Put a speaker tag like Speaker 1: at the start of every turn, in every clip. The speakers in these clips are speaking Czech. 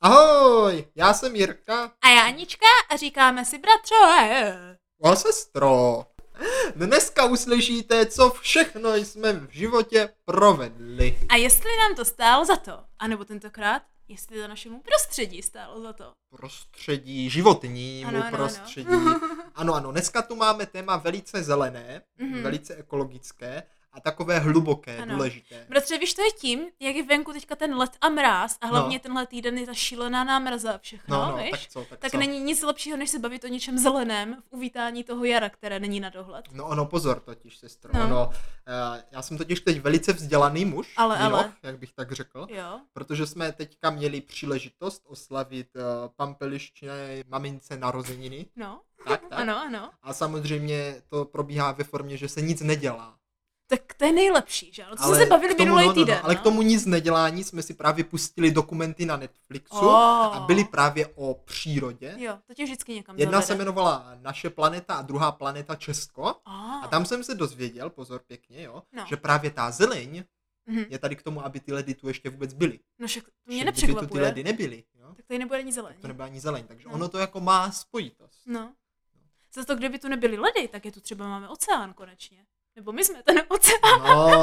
Speaker 1: Ahoj, já jsem Jirka.
Speaker 2: A já Anička a říkáme si bratře.
Speaker 1: O sestro. Dneska uslyšíte, co všechno jsme v životě provedli.
Speaker 2: A jestli nám to stálo za to, anebo tentokrát, jestli to našemu prostředí stálo za to.
Speaker 1: Prostředí, životnímu
Speaker 2: Ano.
Speaker 1: prostředí. Ano, dneska tu máme téma velice zelené, velice ekologické a takové hluboké, důležité.
Speaker 2: Bratře, víš, to je tím, jak je venku teďka ten led a mráz a hlavně tenhle týden je ta šílená námraza a všechno, víš? Tak není nic lepšího, než se bavit o něčem zeleném v uvítání toho jara, které není na dohled.
Speaker 1: No pozor totiž, sestro. Já jsem totiž teď velice vzdělaný muž,
Speaker 2: ale.
Speaker 1: Jak bych tak řekl,
Speaker 2: jo.
Speaker 1: Protože jsme teďka měli příležitost oslavit pampeliščiné mamince narozeniny.
Speaker 2: No,
Speaker 1: tak.
Speaker 2: Ano.
Speaker 1: A samozřejmě to probíhá ve formě, že se nic nedělá.
Speaker 2: Tak to je nejlepší, že? To jsme se bavili minulý týden.
Speaker 1: Ale k tomu nic nedělání jsme si právě pustili dokumenty na Netflixu a byly právě o přírodě.
Speaker 2: Jo, to tě vždycky někam
Speaker 1: Jedna
Speaker 2: zavede.
Speaker 1: se jmenovala Naše planeta a druhá planeta Česko. A tam jsem se dozvěděl, pozor pěkně, že právě ta zeleň je tady k tomu, aby ty ledy tu ještě vůbec byly.
Speaker 2: No však to mě nepřekvapuje.
Speaker 1: Kdyby tu ty ledy nebyly,
Speaker 2: tak tady nebude ani zeleň.
Speaker 1: Tak to nebude ani zeleň, takže ono to jako má spojitost.
Speaker 2: No. Zase kdyby tu nebyly ledy, tak je tu třeba máme oceán konečně. Nebo my jsme ten oceán.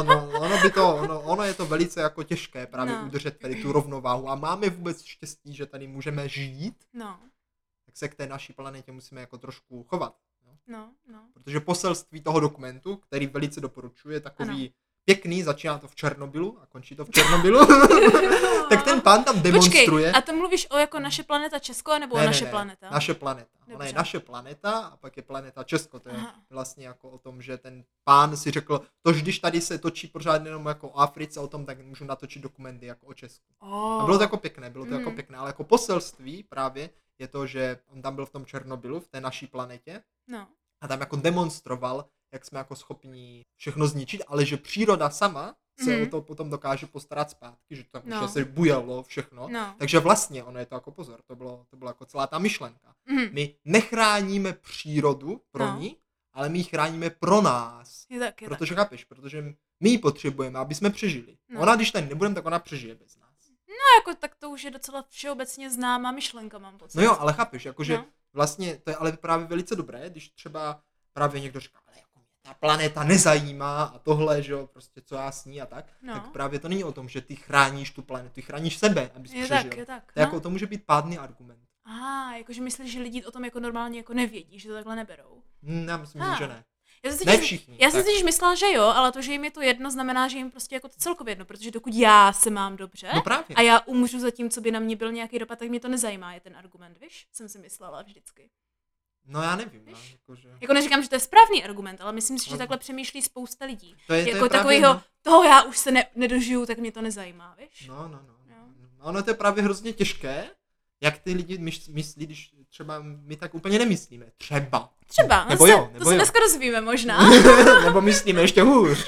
Speaker 1: Ono je to velice jako těžké právě udržet tady tu rovnováhu a máme vůbec štěstí, že tady můžeme žít. Tak se k té naší planetě musíme jako trošku chovat.
Speaker 2: No.
Speaker 1: Protože poselství toho dokumentu, který velice doporučuji, je takový pěkný, začíná to v Černobylu a končí to v Černobylu. Tak ten pán tam demonstruje.
Speaker 2: Počkej, a to mluvíš o jako Naše planeta Česko, nebo o Naše planeta?
Speaker 1: Naše planeta. Ona je Naše planeta a pak je planeta Česko. To je vlastně jako o tom, že ten pán si řekl, tož když tady se točí pořád jenom jako o Africe, o tom, tak můžu natočit dokumenty jako o Česku. A bylo to jako pěkné, ale jako poselství právě je to, že on tam byl v tom Černobylu, v té naší planetě. A tam jako demonstroval, jak jsme jako schopni všechno zničit, ale že příroda sama se o to potom dokáže postarat zpátky, že to už se bujalo všechno. Takže vlastně ono je to jako pozor, to bylo jako celá ta myšlenka. My nechráníme přírodu pro ní, ale my ji chráníme pro nás. Protože chápeš, protože my ji potřebujeme, aby jsme přežili. Ona, když tady nebudeme, tak ona přežije bez nás.
Speaker 2: No jako tak to už je docela všeobecně známá myšlenka, mám pocit.
Speaker 1: No jo, ale chápeš, jakože vlastně to je ale právě velice dobré, když třeba právě někdo říká, ale jako mě ta planeta nezajímá a tohle, že jo, prostě co já s ní a tak, tak právě to není o tom, že ty chráníš tu planetu, ty chráníš sebe, abys přežil. To jako to může být pádný argument.
Speaker 2: Jakože myslíš, že lidi o tom jako normálně jako nevědí, že to takhle neberou.
Speaker 1: Já myslím, že ne.
Speaker 2: Ne všichni. Já jsem si myslela, že jo, ale to, že jim je to jedno, znamená, že jim prostě jako to celkově jedno, protože dokud já se mám dobře a já umřu za tím, co by na mě byl nějaký dopad, tak mě to nezajímá, je ten argument, víš? Jsem si myslela vždycky.
Speaker 1: No já nevím,
Speaker 2: Jako neříkám, že to je správný argument, ale myslím si, že takhle přemýšlí spousta lidí.
Speaker 1: To je
Speaker 2: jako takovýho, toho já už se nedožiju, tak mě to nezajímá, víš?
Speaker 1: No. Ono to je právě hrozně těžké, jak ty lidi myslí, když třeba my tak úplně nemyslíme. Třeba. Nebo
Speaker 2: to se dneska dozvíme možná.
Speaker 1: Nebo myslíme ještě hůř.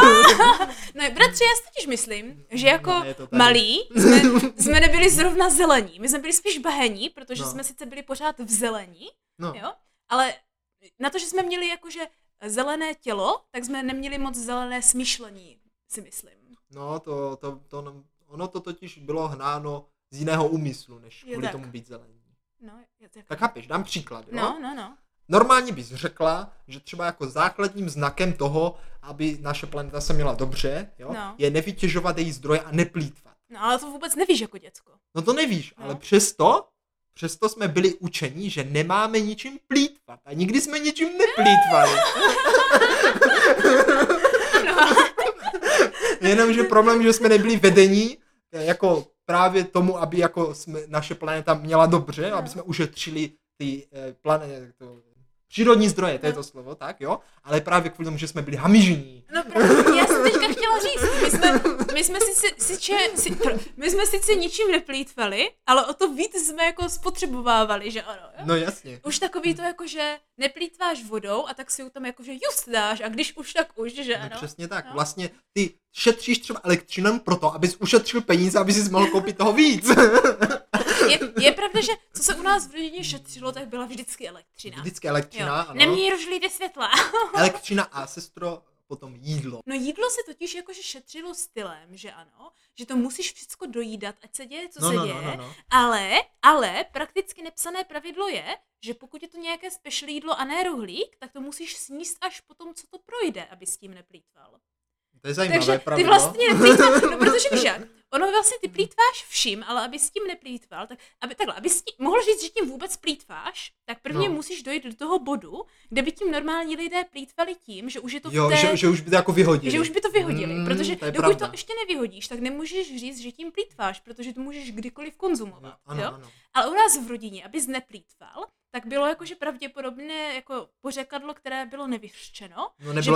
Speaker 2: No, bratři, já si totiž myslím, že jako malí jsme nebyli zrovna zelení. My jsme byli spíš bahení, protože jsme sice byli pořád v zelení, jo? Ale na to, že jsme měli jakože zelené tělo, tak jsme neměli moc zelené smýšlení, si myslím.
Speaker 1: No, ono to totiž bylo hnáno z jiného úmyslu, než kvůli tomu být zelení. Tak chápeš, dám příklad, jo?
Speaker 2: No.
Speaker 1: Normálně bys řekla, že třeba jako základním znakem toho, aby naše planeta se měla dobře, je nevytěžovat její zdroje a neplýtvat.
Speaker 2: No, ale to vůbec nevíš jako děcko.
Speaker 1: No to nevíš, ale přesto jsme byli učeni, že nemáme ničím plýtvat a nikdy jsme ničím neplýtvali. Jenomže problém, že jsme nebyli vedení jako právě tomu, aby jako naše planeta měla dobře, aby jsme ušetřili ty přírodní zdroje, to je to slovo, tak jo, ale právě kvůli tomu, že jsme byli hamižní.
Speaker 2: No právě, já jsem teďka chtěla říct, my jsme sice ničím neplýtvali, ale o to víc jsme jako spotřebovávali, že ano, jo?
Speaker 1: No jasně.
Speaker 2: Už takový to jako, že neplýtváš vodou a tak si ju tam jakože just dáš a když už, tak už, že ano.
Speaker 1: No přesně tak, vlastně ty šetříš třeba elektřinou proto, abys ušetřil peníze, aby si mohl koupit toho víc.
Speaker 2: Je pravda, že co se u nás v rodině šetřilo, tak byla vždycky elektřina.
Speaker 1: Vždycky elektřina,
Speaker 2: ano. Nemějí rozlité světla.
Speaker 1: Elektřina a sestro, potom jídlo.
Speaker 2: No jídlo se totiž jakože šetřilo stylem, že ano, že to musíš všechno dojídat, ať se děje, co se děje, ale prakticky nepsané pravidlo je, že pokud je to nějaké special jídlo a ne rohlík, tak to musíš sníst až potom, co to projde, aby s tím neplýtval.
Speaker 1: To je zajímavé
Speaker 2: Takže
Speaker 1: pravidlo.
Speaker 2: ty vlastně neplýtváš, no protože víš jak, ono vlastně ty plýtváš vším, ale aby s tím neplýtval, tak aby s tím, mohl říct, že tím vůbec plýtváš, tak prvně musíš dojít do toho bodu, kde by tím normální lidé plýtvali tím, že už je to
Speaker 1: že už by to jako vyhodili.
Speaker 2: Že už by to vyhodili, protože dokud to ještě nevyhodíš, tak nemůžeš říct, že tím plýtváš, protože to můžeš kdykoliv konzumovat, ano. Ale u nás v rodině, abys neplýtval, tak bylo jakože pravděpodobně jako pořekadlo, které bylo nevyřčeno,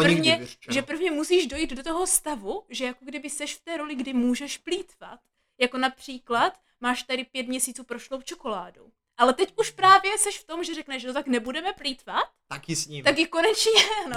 Speaker 2: že prvně musíš dojít do toho stavu, že jako kdyby seš v té roli, kdy můžeš plýtvat. Jako například máš tady 5 měsíců prošlou čokoládu. Ale teď už právě seš v tom, že řekneš, že tak nebudeme plýtvat.
Speaker 1: Taky s ním.
Speaker 2: Taky konečně,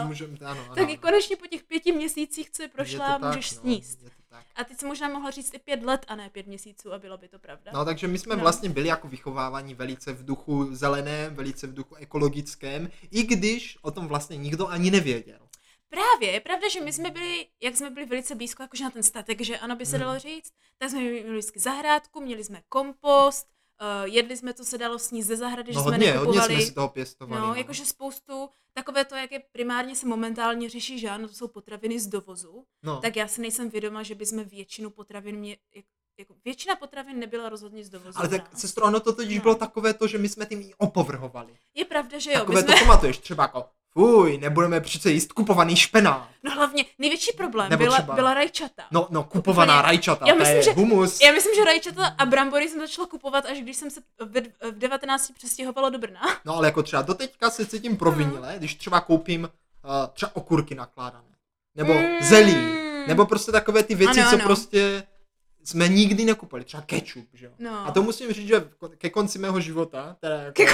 Speaker 1: Taky
Speaker 2: konečně po těch 5 měsících, co je prošla, můžeš sníst. A teď si možná mohla říct i 5 let a ne 5 měsíců a bylo by to pravda.
Speaker 1: No takže my jsme vlastně byli jako vychováváni velice v duchu zeleném, velice v duchu ekologickém, i když o tom vlastně nikdo ani nevěděl.
Speaker 2: Právě, je pravda, že my jsme byli, jak jsme byli velice blízko jakože na ten statek, že ano by se dalo říct, tak jsme měli vždycky zahrádku, měli jsme kompost, jedli jsme, co se dalo sníst ze zahrady, že jsme nekupovali.
Speaker 1: Hodně jsme si toho pěstovali.
Speaker 2: No, jakože spoustu, takové to, jak je primárně se momentálně řeší, že ano, to jsou potraviny z dovozu, tak já si nejsem vědoma, že bychom většinu potravin většina potravin nebyla rozhodně z dovozu.
Speaker 1: Ale tak, sestro, ono to totiž bylo takové to, že my jsme tím i opovrhovali.
Speaker 2: Je pravda, že jo.
Speaker 1: Takové to pamatuješ, třeba jako fuj, nebudeme přece jíst kupovaný špenát.
Speaker 2: No hlavně, největší problém byla rajčata.
Speaker 1: No, kupovaná rajčata, to je humus.
Speaker 2: Já myslím, že rajčata a brambory jsem začala kupovat, až když jsem se v 19 přestěhovala do Brna.
Speaker 1: No ale jako třeba doteďka se cítím provinile, když třeba koupím třeba okurky nakládané. Nebo zelí. Nebo prostě takové ty věci, co prostě jsme nikdy nekupili, třeba kečup, že jo. No. A to musím říct, že ke konci mého života, teda jako,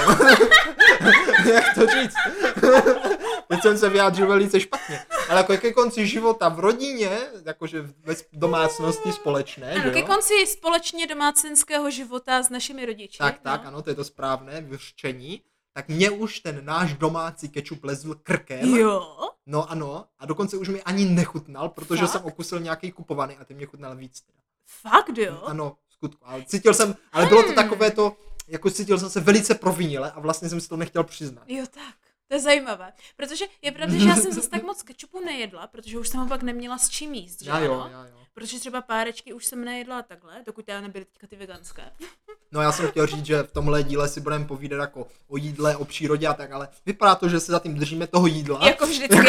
Speaker 1: jak to říct, teď jsem se vyjádřil velice špatně, ale jako ke konci života v rodině, jakože v domácnosti společné,
Speaker 2: ano, ke konci společně domácenského života s našimi rodiči.
Speaker 1: Tak, ano, to je to správné vyřčení. Tak mě už ten náš domácí kečup lezl krkem.
Speaker 2: Jo.
Speaker 1: No ano, a dokonce už mi ani nechutnal, protože jsem okusil nějaký kupovaný a ty mě chutnal víc teda.
Speaker 2: Fakt jo?
Speaker 1: Ano, skutku. Ale bylo to takové to, jako cítil jsem se velice provinile a vlastně jsem si to nechtěl přiznat.
Speaker 2: Jo tak, to je zajímavé. Protože je pravda, že já jsem zase tak moc kečupu nejedla, protože už jsem ho pak neměla s čím jíst, že
Speaker 1: jo.
Speaker 2: Protože třeba párečky už jsem nejedla takhle, dokud teda nebyly teďka ty veganské.
Speaker 1: No já jsem chtěl říct, že v tomhle díle si budeme povídat jako o jídle, o přírodě a tak, ale vypadá to, že se za tím držíme toho jídla.
Speaker 2: Jako vždycky.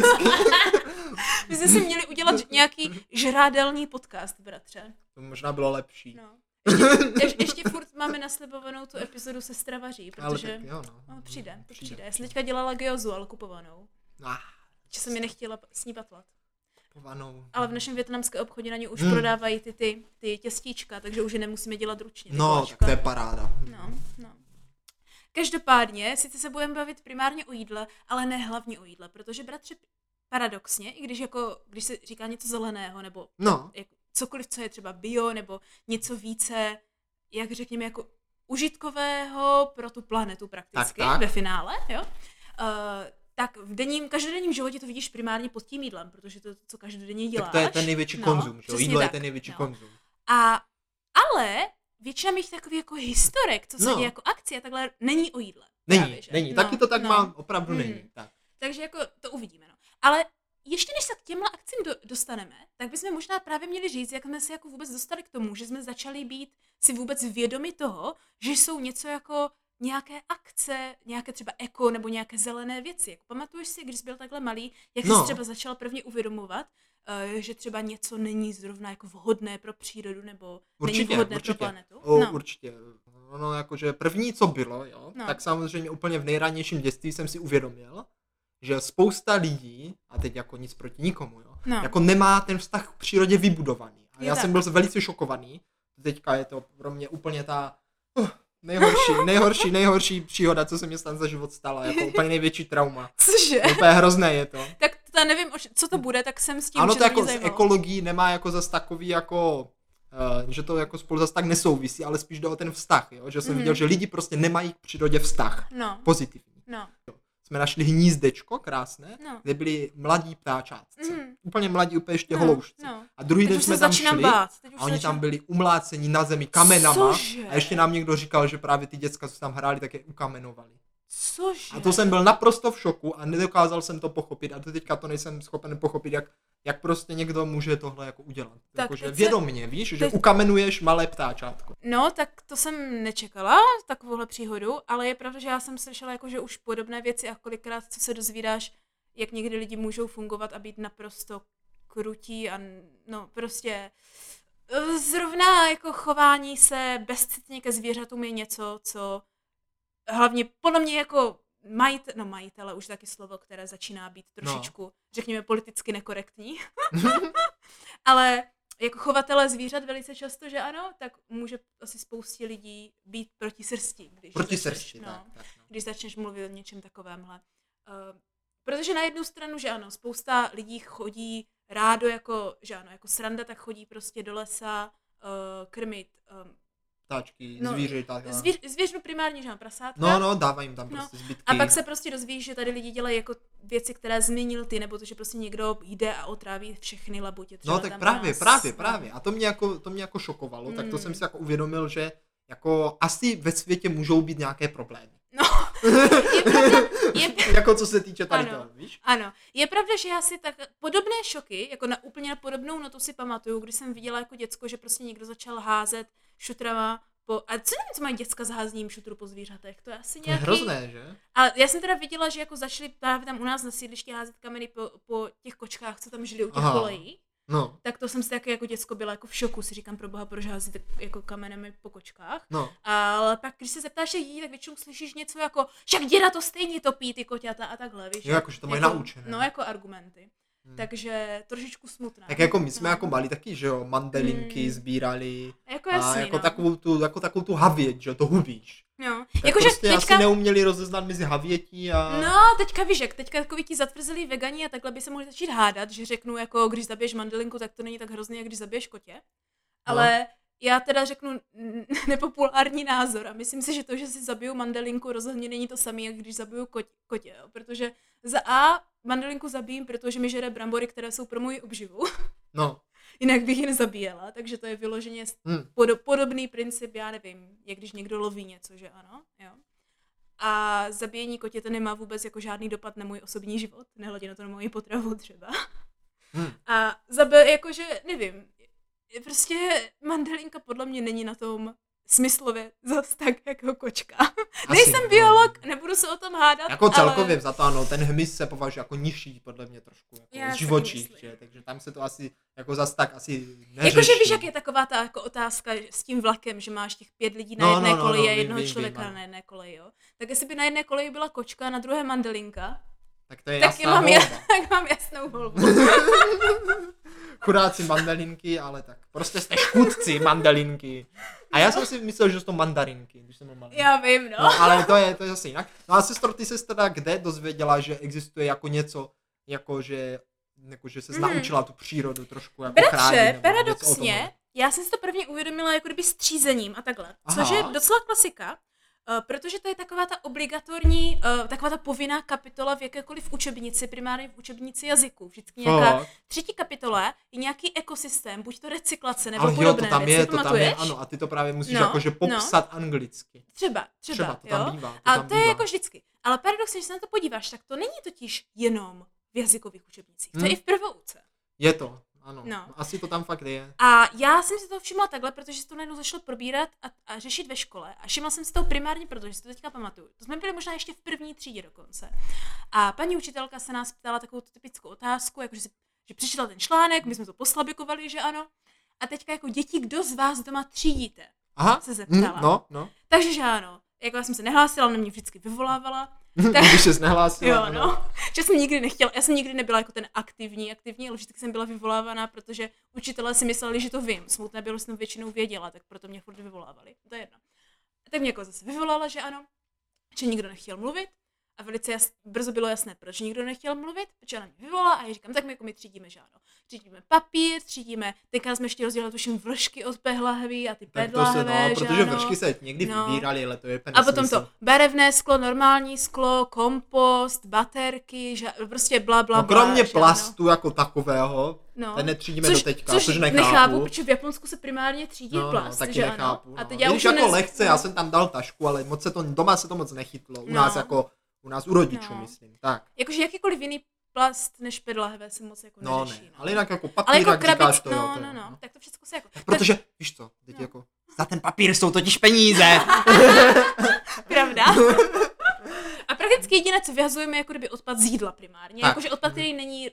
Speaker 2: My jsme si měli udělat nějaký žrádelný podcast, bratře.
Speaker 1: To možná bylo lepší.
Speaker 2: No. Ještě furt máme naslibovanou tu epizodu se stravaří, protože
Speaker 1: tak, jo,
Speaker 2: přijde. Já jsem teďka dělala gyozu, ale kupovanou. Že jsem mi nechtěla s ní patlat.
Speaker 1: Kupovanou.
Speaker 2: Ale v našem vietnamském obchodě na ně už prodávají ty těstíčka, takže už je nemusíme dělat ručně.
Speaker 1: No, tak to je paráda.
Speaker 2: No. Každopádně, sice se budeme bavit primárně o jídle, ale ne hlavně o jídle, protože bratře, paradoxně, i když se říká něco zeleného, nebo jako cokoliv, co je třeba bio, nebo něco více, jak řekněme, jako užitkového pro tu planetu prakticky, ve finále, jo? Tak v každodenním životě to vidíš primárně pod tím jídlem, protože to, co každodenně děláš.
Speaker 1: Tak to je ten největší konzum, že? Jídlo je ten největší konzum.
Speaker 2: Ale většina mých takových jako historek, co se děje jako akcie a takhle, není o jídle.
Speaker 1: Není. Taky to tak má, opravdu není. Tak.
Speaker 2: Takže jako to uvidíme, no. Ale ještě než se k těmhle akcím dostaneme, tak bychom možná právě měli říct, jak jsme se jako vůbec dostali k tomu, že jsme začali být si vůbec vědomi toho, že jsou něco jako nějaké akce, nějaké třeba eko nebo nějaké zelené věci. Jako pamatuješ si, když jsi byl takhle malý, jak jsi třeba začal prvně uvědomovat, že třeba něco není zrovna jako vhodné pro přírodu nebo není vhodné pro planetu?
Speaker 1: Určitě. No, jakože první, co bylo, tak samozřejmě úplně v nejranějším dětství jsem si uvědomil, že spousta lidí, a teď jako nic proti nikomu, jako nemá ten vztah k přírodě vybudovaný. A já jsem byl velice šokovaný. Teďka je to pro mě úplně ta nejhorší příhoda, co se mě za život stala, jako úplně největší trauma.
Speaker 2: Cože?
Speaker 1: Úplně hrozné je to.
Speaker 2: Tak to nevím, co to bude, tak jsem s tím,
Speaker 1: ano,
Speaker 2: že
Speaker 1: to jako s ekologií nemá jako zas takový jako, že to jako spolu zas tak nesouvisí, ale spíš jde o ten vztah, jo? Že jsem viděl, že lidi prostě nemají k přírodě vztah pozitivní. jsme našli hnízdečko krásné, kde byli mladí ptáčátci. Úplně mladí, úplně ještě holoušci. A druhý den jsme tam šli a oni tam byli umláceni na zemi kamenama.
Speaker 2: Cože?
Speaker 1: A ještě nám někdo říkal, že právě ty děcka, co tam hráli, tak je ukamenovali.
Speaker 2: Cože?
Speaker 1: A to jsem byl naprosto v šoku a nedokázal jsem to pochopit. A do teďka to nejsem schopen pochopit, jak prostě někdo může tohle jako udělat. Jakože vědomně, víš, že ukamenuješ malé ptáčátko.
Speaker 2: No, tak to jsem nečekala, takovouhle příhodu, ale je pravda, že já jsem slyšela jako, že už podobné věci a kolikrát, co se dozvídáš, jak někdy lidi můžou fungovat a být naprosto krutí a no prostě zrovna jako chování se bezcitně ke zvířatům je něco, co hlavně podle mě jako majitele už taky slovo, které začíná být trošičku, řekněme, politicky nekorektní. Ale jako chovatele zvířat velice často, že ano, tak může asi spoustě lidí být proti srsti. Když začneš mluvit o něčem takovémhle. Protože na jednu stranu, že ano, spousta lidí chodí rádo jako sranda, tak chodí prostě do lesa krmit
Speaker 1: ptáčky, zvířata.
Speaker 2: Zvěřinu primárně, že mám prasátka.
Speaker 1: No, dávají jim tam prostě zbytky.
Speaker 2: A pak se prostě dozvíš, že tady lidi dělají jako věci, které zmínil ty, nebo to, že prostě někdo jde a otráví všechny labutě.
Speaker 1: No tak právě. A to mě jako šokovalo, tak to jsem si jako uvědomil, že jako asi ve světě můžou být nějaké problémy.
Speaker 2: No, je pravda,
Speaker 1: jako co se týče tady toho, víš?
Speaker 2: Ano, je pravda, že já si tak podobné šoky, jako úplně na podobnou notu si pamatuju, když jsem viděla jako děcko, že prostě někdo začal házet šutrama a co nevím, co mají děcka s házním šutru po zvířatech, to je asi nějaký...
Speaker 1: To je hrozné, že?
Speaker 2: A já jsem teda viděla, že jako začali právě tam u nás na sídlišti házet kameny po těch kočkách, co tam žili u těch kolejí.
Speaker 1: No.
Speaker 2: Tak to jsem si taky jako děcko byla jako v šoku, si říkám, proboha, proč hází jako kamenemi po kočkách.
Speaker 1: No.
Speaker 2: Ale pak, když se zeptáš lidí, tak většinou slyšíš něco jako, však děda to stejně topí ty koťata a takhle, víš.
Speaker 1: Jo, jakože to mají naučené.
Speaker 2: No, jako argumenty. Takže trošičku smutná.
Speaker 1: Tak jako my jsme jako mali taky, že jo, mandelinky sbírali.
Speaker 2: Jako jasný,
Speaker 1: a jako takovou tu havěť, že jo, to hubíš.
Speaker 2: No,
Speaker 1: jakože prostě teďka... asi neuměli rozeznat mezi havětí a...
Speaker 2: No, teďka víš jak, teďka takový ti zatvrzelí vegani a takhle by se mohli začít hádat, že řeknu jako, když zabiješ mandelinku, tak to není tak hrozný, jak když zabiješ kotě. Ale já teda řeknu nepopulární názor a myslím si, že to, že si zabiju mandelinku, rozhodně není to samé, jak když zabiju kotě, jo? Protože za A mandelinku zabijím, protože mi žere brambory, které jsou pro moji obživu.
Speaker 1: No.
Speaker 2: Jinak bych ji nezabíjela, takže to je vyloženě podobný princip, já nevím, jak když někdo loví něco, že ano, jo. A zabíjení kotěte nemá vůbec jako žádný dopad na můj osobní život, nehledě na to na moji potravu třeba. A jakože, nevím, prostě mandelinka podle mě není na tom smyslově zas tak jako kočka. Nejsem biolog, nebudu se o tom hádat,
Speaker 1: jako celkově ale... za to ano, ten hmyz se považuje jako nižší podle mě trošku, jako živočích, že? Takže tam se to asi jako zas tak asi neřeší.
Speaker 2: Jakože víš, jak je taková ta jako otázka s tím vlakem, že máš těch 5 lidí na jedné koleji a jednoho člověka na jedné koleji, jo? Tak jestli by na jedné koleji byla kočka a na druhé mandelinka,
Speaker 1: tak to je jasná volba.
Speaker 2: Tak mám jasnou volbu.
Speaker 1: Chudáci mandelinky, ale tak. Prostě jste škůdci mandelinky. A já jsem si myslel, že jsou to mandarinky, když jsem byl malý.
Speaker 2: Já vím,
Speaker 1: no ale to je zase jinak. No a sestro, ty ses teda kde dozvěděla, že existuje jako něco, jako že se naučila tu přírodu trošku jako chránit?
Speaker 2: Bratře, paradoxně, já jsem si to prvně uvědomila jako kdyby střízením a takhle. Což je docela klasika. Protože to je taková ta obligatorní, taková ta povinná kapitola v jakékoliv učebnici, primárně v učebnici jazyku. Vždycky nějaká třetí kapitola je nějaký ekosystém, buď to recyklace nebo podobné věci.
Speaker 1: To tam je, ano, a ty to právě musíš jakože popsat anglicky.
Speaker 2: Třeba,
Speaker 1: to tam bývá.
Speaker 2: To je jako vždycky. Ale paradoxně, když se na to podíváš, tak to není totiž jenom v jazykových učebnicích. To je i v prvouce.
Speaker 1: Je to. Ano, asi to tam fakt je.
Speaker 2: A já jsem si to všimla takhle, protože se to najednou zašlo probírat a řešit ve škole. A všimla jsem si to primárně, protože si to teďka pamatuju. To jsme byli možná ještě v první třídě dokonce. A paní učitelka se nás ptala takovou typickou otázku, jakože že přečetla ten článek, my jsme to poslabikovali, že ano. A teďka jako děti, kdo z vás doma třídíte?
Speaker 1: Aha,
Speaker 2: se zeptala.
Speaker 1: No.
Speaker 2: Takže že ano. Jako já jsem se nehlásila, ona mě vždycky vyvolávala.
Speaker 1: Když ses nehlásila.
Speaker 2: Jo, no. Že jsem nikdy nechtěla, já jsem nikdy nebyla jako ten aktivní, ale vždycky jsem byla vyvolávaná, protože učitelé si mysleli, že to vím. Smutné bylo, že jsem většinou věděla, tak proto mě furt vyvolávali. To je jedno. Tak mě jako zase vyvolala, že ano, že nikdo nechtěl mluvit. a velice brzo bylo jasné, proč nikdo nechtěl mluvit, protože ona mě vyvolala a já říkám, tak my třídíme, že ano. Třídíme papír, teďka jsme ještě rozdělali tuším vršky od PEH a ty PET lahve,
Speaker 1: protože vršky se někdy vybíraly, ale to je
Speaker 2: a potom to barevné sklo, normální sklo, kompost, baterky, prostě bla, bla, bla.
Speaker 1: Kromě plastu jako takového, ten netřídíme do teďka, což nechápu.
Speaker 2: Protože v Japonsku se primárně třídí plast,
Speaker 1: taky
Speaker 2: že
Speaker 1: nechápu,
Speaker 2: ano.
Speaker 1: No.
Speaker 2: A teď já už
Speaker 1: jako lehce, já jsem tam dal tašku, ale doma se to moc nechytlo. U nás u rodičů, myslím. Tak.
Speaker 2: Jakože jakýkoliv jiný plast než PET lahve se moc jako neřeší.
Speaker 1: Ne. Ale jinak jako papír, jak říkáš to.
Speaker 2: No. Tak to všechno se jako...
Speaker 1: Protože, víš co, teď jako, za ten papír jsou totiž peníze.
Speaker 2: Pravda? A prakticky jediné, co vyhazujeme, jako kdyby odpad z jídla primárně. Jakože odpad, který není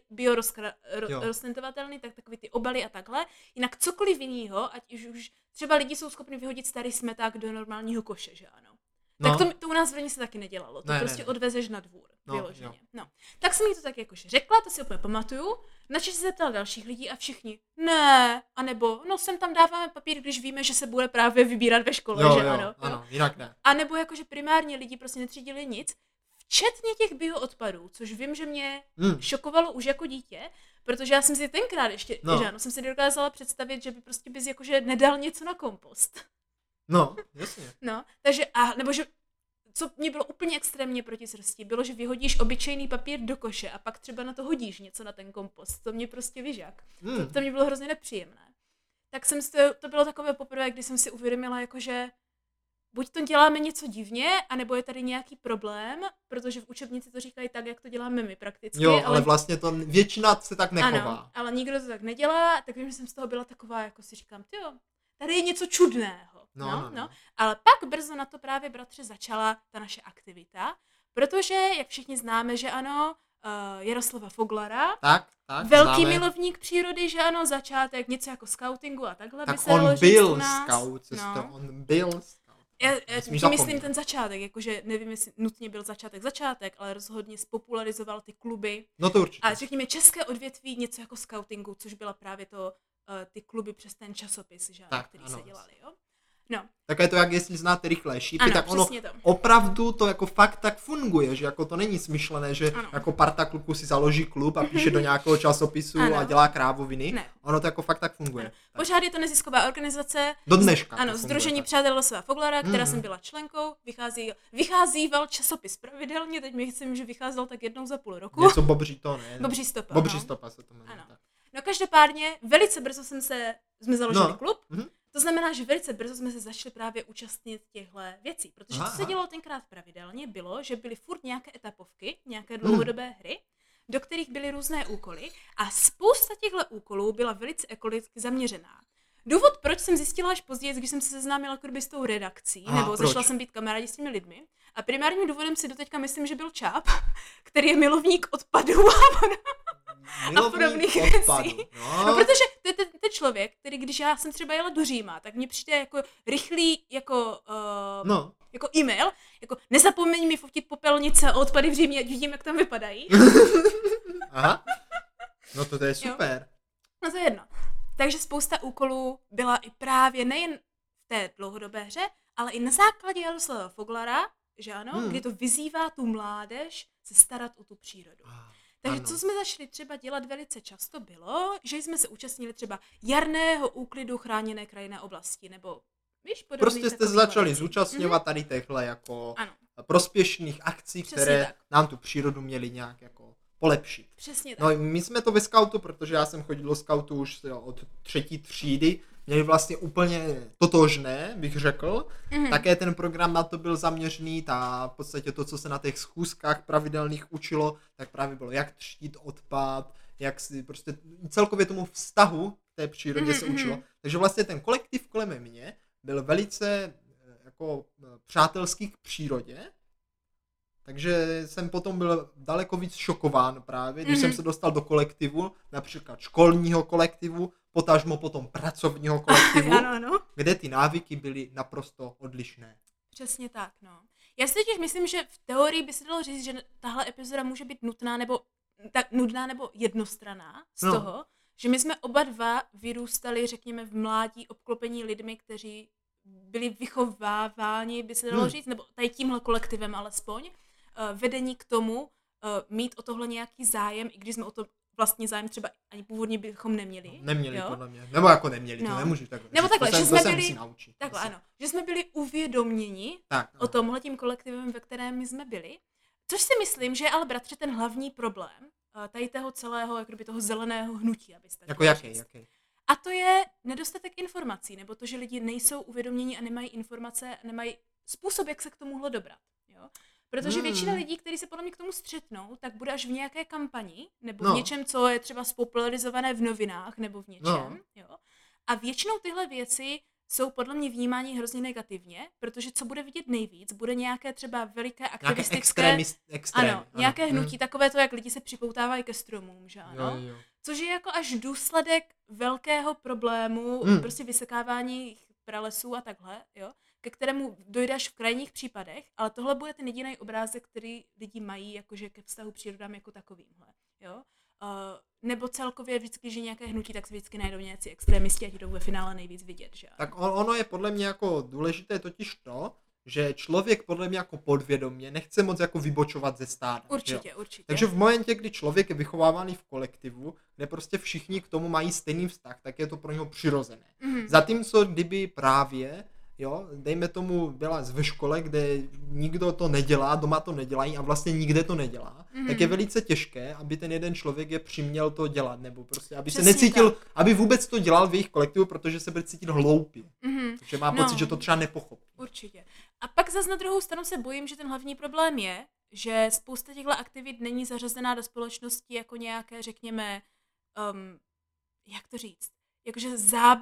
Speaker 2: biorozkladovatelný, tak takový ty obaly a takhle. Jinak cokoliv jiného, ať už třeba lidi jsou schopni vyhodit starý smeták do normálního koše, že ano. Tak to u nás v Brně se taky nedělalo. To prostě odvezeš na dvůr, vyloženě. Tak jsem jí to tak jakože řekla, to si úplně pamatuju. Načež se zeptala dalších lidí a všichni, ne, anebo, sem tam dáváme papír, když víme, že se bude právě vybírat ve škole, že ano.
Speaker 1: Jinak ne.
Speaker 2: A nebo jakože primárně lidi prostě netřídili nic, včetně těch bioodpadů, což vím, že mě šokovalo už jako dítě, protože já jsem si tenkrát ještě, že ano, jsem si dokázala představit, že by prostě bys jakože nedal něco na kompost.
Speaker 1: No, jasně.
Speaker 2: Takže, nebo že, co mě bylo úplně extrémně proti srsti, bylo, že vyhodíš obyčejný papír do koše a pak třeba na to hodíš něco na ten kompost. To mě prostě vyžak. To mě bylo hrozně nepříjemné. Tak to bylo takové poprvé, kdy jsem si uvědomila, jakože buď to děláme něco divně, anebo je tady nějaký problém, protože v učebnici to říkají tak, jak to děláme my prakticky.
Speaker 1: Ale vlastně to většina se tak nechová.
Speaker 2: Ano, ale nikdo to tak nedělá, takže jsem z toho byla taková, jako si říkám, tady je něco čudného. No. Ale pak brzo na to právě, bratře, začala ta naše aktivita, protože, jak všichni známe, že ano, Jaroslava Foglara,
Speaker 1: tak,
Speaker 2: velký milovník přírody, že ano, začátek něco jako skautingu a takhle
Speaker 1: tak
Speaker 2: by se dalo říct u nás.
Speaker 1: On byl scout.
Speaker 2: Já myslím ten začátek, jakože nevím, jestli nutně byl začátek, ale rozhodně spopularizoval ty kluby.
Speaker 1: No to určitě.
Speaker 2: A řekněme české odvětví něco jako skautingu, což byla právě ty kluby přes ten časopis, že ano, který se dělali, jo. No.
Speaker 1: Tak je to, jak jestli znáte rychlé šípy, tak ono opravdu to jako fakt tak funguje, že jako to není smyšlené, že jako parta kluků si založí klub a píše do nějakého časopisu a dělá krávoviny. Ne. Ono to jako fakt tak funguje.
Speaker 2: Pořád je to nezisková organizace.
Speaker 1: Do dneška.
Speaker 2: Ano, Sdružení přátel Jaroslava Foglara, která jsem byla členkou, vycházíval časopis pravidelně, teď myslím, že vycházel tak jednou za půl roku.
Speaker 1: Něco Bobří to, ne?
Speaker 2: Bobří stopa.
Speaker 1: Bobří stopa se to jmenuje.
Speaker 2: No každopádně, velice brzo jsme založili klub. To znamená, že velice brzo jsme se začali právě účastnit těchto věcí, protože to se dělo tenkrát pravidelně, bylo, že byly furt nějaké etapovky, nějaké dlouhodobé hry, do kterých byly různé úkoly a spousta těchto úkolů byla velice ekologicky zaměřená. Důvod, proč jsem zjistila až později, když jsem se seznámila s tou redakcí, nebo začala jsem být kamarádi s těmi lidmi. A primárním důvodem si doteďka myslím, že byl Čáp, který je milovník odpadů a podobných věcí. No, protože to je člověk, který když já jsem třeba jela do Říma, tak mně přijde jako rychlý jako e-mail, jako nezapomeň mi fotit popelnice a odpady v Římě, ať vidím, jak tam vypadají.
Speaker 1: Aha, no to je super.
Speaker 2: No to je jedno. Takže spousta úkolů byla i právě nejen v té dlouhodobé hře, ale i na základě Jaroslava Foglara, že ano, kdy to vyzývá tu mládež se starat o tu přírodu. Takže co jsme začali třeba dělat velice často bylo, že jsme se účastnili třeba jarného úklidu chráněné krajinné oblasti, nebo víš, podobný.
Speaker 1: Prostě jste začali zúčastňovat tady těchto jako prospěšných akcí, které nám tu přírodu měly nějak jako polepšit.
Speaker 2: Přesně tak.
Speaker 1: No my jsme to ve skautu, protože já jsem chodil do skautu už od 3. třídy, měli vlastně úplně totožné, bych řekl. Také ten program na to byl zaměřený, v podstatě to, co se na těch schůzkách pravidelných učilo, tak právě bylo, jak třídit odpad, jak si prostě celkově tomu vztahu k té přírodě se učilo. Takže vlastně ten kolektiv kolem mě byl velice jako přátelský k přírodě. Takže jsem potom byl daleko víc šokován právě, když jsem se dostal do kolektivu, například školního kolektivu, potažmo potom pracovního kolektivu, kde ty návyky byly naprosto odlišné.
Speaker 2: Přesně tak, no. Já si totiž myslím, že v teorii by se dalo říct, že tahle epizoda může být nudná nebo jednostranná z toho, že my jsme oba dva vyrůstali, řekněme, v mládí obklopení lidmi, kteří byli vychováváni, by se dalo říct, nebo tady tímhle kolektivem alespoň, vedení k tomu mít o tohle nějaký zájem, i když jsme o to vlastně zájem třeba ani původně bychom neměli.
Speaker 1: No, neměli, podle mě. Nebo jako neměli, to nemůžu takhle.
Speaker 2: Nebo takhle, že jsme byli,
Speaker 1: naučit,
Speaker 2: takhle, ano, že jsme byli uvědoměni o tomhletím kolektivem, ve kterém my jsme byli. Což si myslím, že je ale, bratře, ten hlavní problém tady toho celého, jak kdyby toho zeleného hnutí, abyste
Speaker 1: jako jaký?
Speaker 2: A to je nedostatek informací, nebo to, že lidi nejsou uvědoměni a nemají informace, nemají způsob, jak se k tomuhle dobrat. Jo? Protože většina lidí, kteří se podle mě k tomu střetnou, tak bude až v nějaké kampani, nebo v něčem, co je třeba spopularizované v novinách, nebo v něčem. Jo? A většinou tyhle věci jsou podle mě vnímání hrozně negativně, protože co bude vidět nejvíc, bude nějaké třeba veliké aktivistické... Nějaké hnutí, takové to, jak lidi se připoutávají ke stromům, že ano? Jo. Což je jako až důsledek velkého problému, prostě vysekávání pralesů a takhle, jo? Ke kterému dojde až v krajních případech, ale tohle bude ten jediný obrázek, který lidi mají jakože ke vztahu přírodám jako takovýmhle, jo? Nebo celkově vždycky, že nějaké hnutí, tak se vždycky najdou nějací extrémisti a ti jdou ve finále nejvíc vidět, že?
Speaker 1: Tak ono je podle mě jako důležité totiž to, že člověk podle mě jako podvědomě nechce moc jako vybočovat ze stáda.
Speaker 2: Určitě.
Speaker 1: Takže v momentě, kdy člověk je vychovávaný v kolektivu, kde prostě všichni k tomu mají stejný vztah, tak je to pro něho přirozené. Zatímco kdyby právě dejme tomu, byla ve škole, kde nikdo to nedělá, doma to nedělají a vlastně nikde to nedělá, tak je velice těžké, aby ten jeden člověk je přiměl to dělat, nebo prostě, aby přesně se necítil, tak. Aby vůbec to dělal v jejich kolektivu, protože se bude cítit hloupě. Takže má pocit, že to třeba nepochopí.
Speaker 2: Určitě. A pak zase na druhou stranu se bojím, že ten hlavní problém je, že spousta těchto aktivit není zařazená do společnosti jako nějaké, řekněme, jak to říct, jakože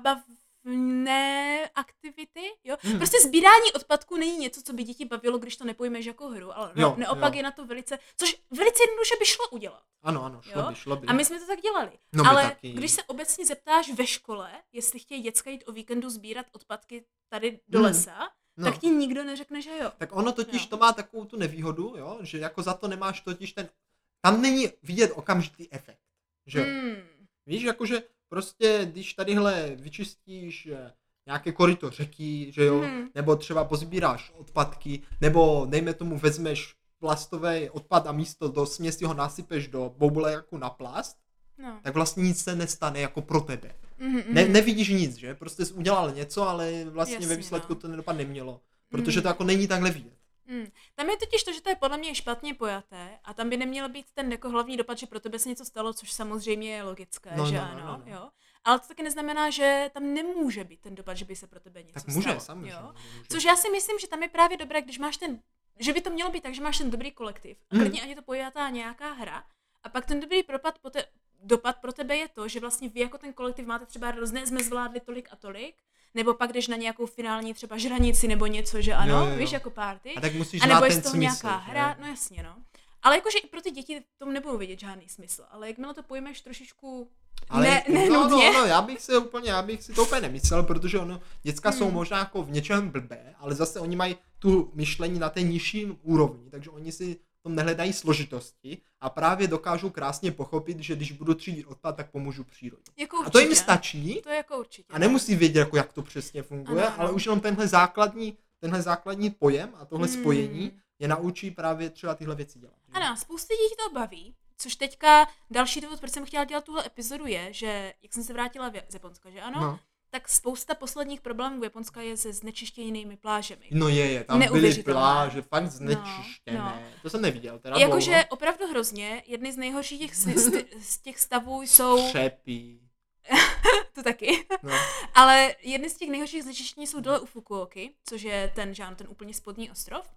Speaker 2: zábavné aktivity, jo? Prostě sbírání odpadků není něco, co by děti bavilo, když to nepojmeš jako hru, ale naopak je na to velice jednoduše by šlo udělat.
Speaker 1: Ano, šlo by.
Speaker 2: A my jsme to tak dělali. Ale když se obecně zeptáš ve škole, jestli chtějí děcka jít o víkendu sbírat odpadky tady do lesa, tak ti nikdo neřekne, že jo.
Speaker 1: Tak ono totiž to má takovou tu nevýhodu, jo? Že jako za to nemáš totiž tam není vidět okamžitý efekt, že jo. Víš, jakože prostě, když tadyhle vyčistíš nějaké koryto řeky, že jo, nebo třeba pozbíráš odpadky, nebo dejme tomu vezmeš plastový odpad a místo do směsi ho nasypeš do boule jako na plast, tak vlastně nic se nestane jako pro tebe. Nevidíš nic, že? Prostě jsi udělal něco, ale vlastně ve výsledku to nedopad nemělo, protože to jako není takhle vidět.
Speaker 2: Tam je totiž to, že to je podle mě špatně pojaté a tam by neměl být ten jako hlavní dopad, že pro tebe se něco stalo, což samozřejmě je logické, že ano. Jo? Ale to taky neznamená, že tam nemůže být ten dopad, že by se pro tebe něco stalo.
Speaker 1: Tak může, samozřejmě.
Speaker 2: Jo? Což já si myslím, že tam je právě dobré, když máš že by to mělo být tak, že máš ten dobrý kolektiv a klidně ani to pojatá nějaká hra a pak ten dobrý dopad pro tebe je to, že vlastně vy jako ten kolektiv máte třeba různé, jsme zvládli tolik a tolik, nebo pak jdeš na nějakou finální třeba žranici nebo něco, že ano, víš, jako party.
Speaker 1: A tak musíš
Speaker 2: a nebo
Speaker 1: znát
Speaker 2: je z toho
Speaker 1: ten
Speaker 2: nějaká
Speaker 1: smysl,
Speaker 2: hra, no jasně, no. Ale jakože i pro ty děti tomu nebudou vidět žádný smysl, ale jakmile to pojmeš trošičku nenudně.
Speaker 1: Já bych si to úplně nemyslel, protože děcka jsou možná jako v něčem blbé, ale zase oni mají tu myšlení na té nižší úrovni, takže oni si tom nehledají složitosti a právě dokážou krásně pochopit, že když budu třídit odpad, tak pomůžu přírodě.
Speaker 2: Jako
Speaker 1: a to jim stačí.
Speaker 2: To je jako určitě.
Speaker 1: A nemusí vědět, jako jak to přesně funguje, ale už jenom tenhle základní pojem a tohle spojení je naučí právě třeba tyhle věci dělat.
Speaker 2: Ano, spousty dětí to baví, což teďka další důvod, proč jsem chtěla dělat tuhle epizodu je, že jak jsem se vrátila z Japonska, že ano? Tak spousta posledních problémů v Japonska je se znečištěnými plážemi.
Speaker 1: No tam byly pláže fakt znečištěné. To jsem neviděl.
Speaker 2: Jakože opravdu hrozně, jedny z nejhorších z těch stavů jsou...
Speaker 1: Šepí.
Speaker 2: To taky. Ale jedny z těch nejhorších znečištění jsou dole u Fukuoky, což je ten úplně spodní ostrov.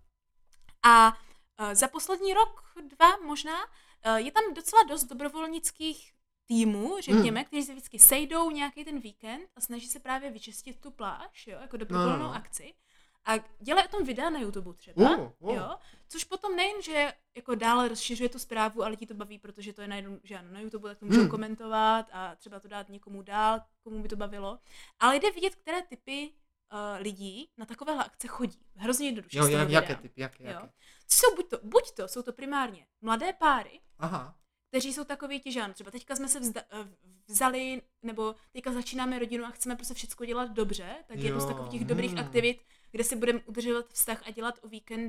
Speaker 2: A za poslední rok, 2 možná, je tam docela dost dobrovolnických týmů, řekněme, kteří se vždycky sejdou nějaký ten víkend a snaží se právě vyčistit tu pláž, jo, jako dobrovolnou akci. A dělají o tom videa na YouTube třeba, jo, což potom nejen, že jako dále rozšiřuje tu zprávu, ale ti to baví, protože to je na YouTube, tak to můžou komentovat a třeba to dát někomu dál, komu by to bavilo. Ale jde vidět, které typy lidí na takovéhle akce chodí. Hrozně jednoduše.
Speaker 1: Jaké typy?
Speaker 2: Jsou buď to jsou to primárně mladé páry, kteří jsou takový ti, že třeba teďka jsme se vzali, nebo teďka začínáme rodinu a chceme prostě všechno dělat dobře, tak jedno z takových těch dobrých aktivit, kde si budeme udržovat vztah a dělat o víkendu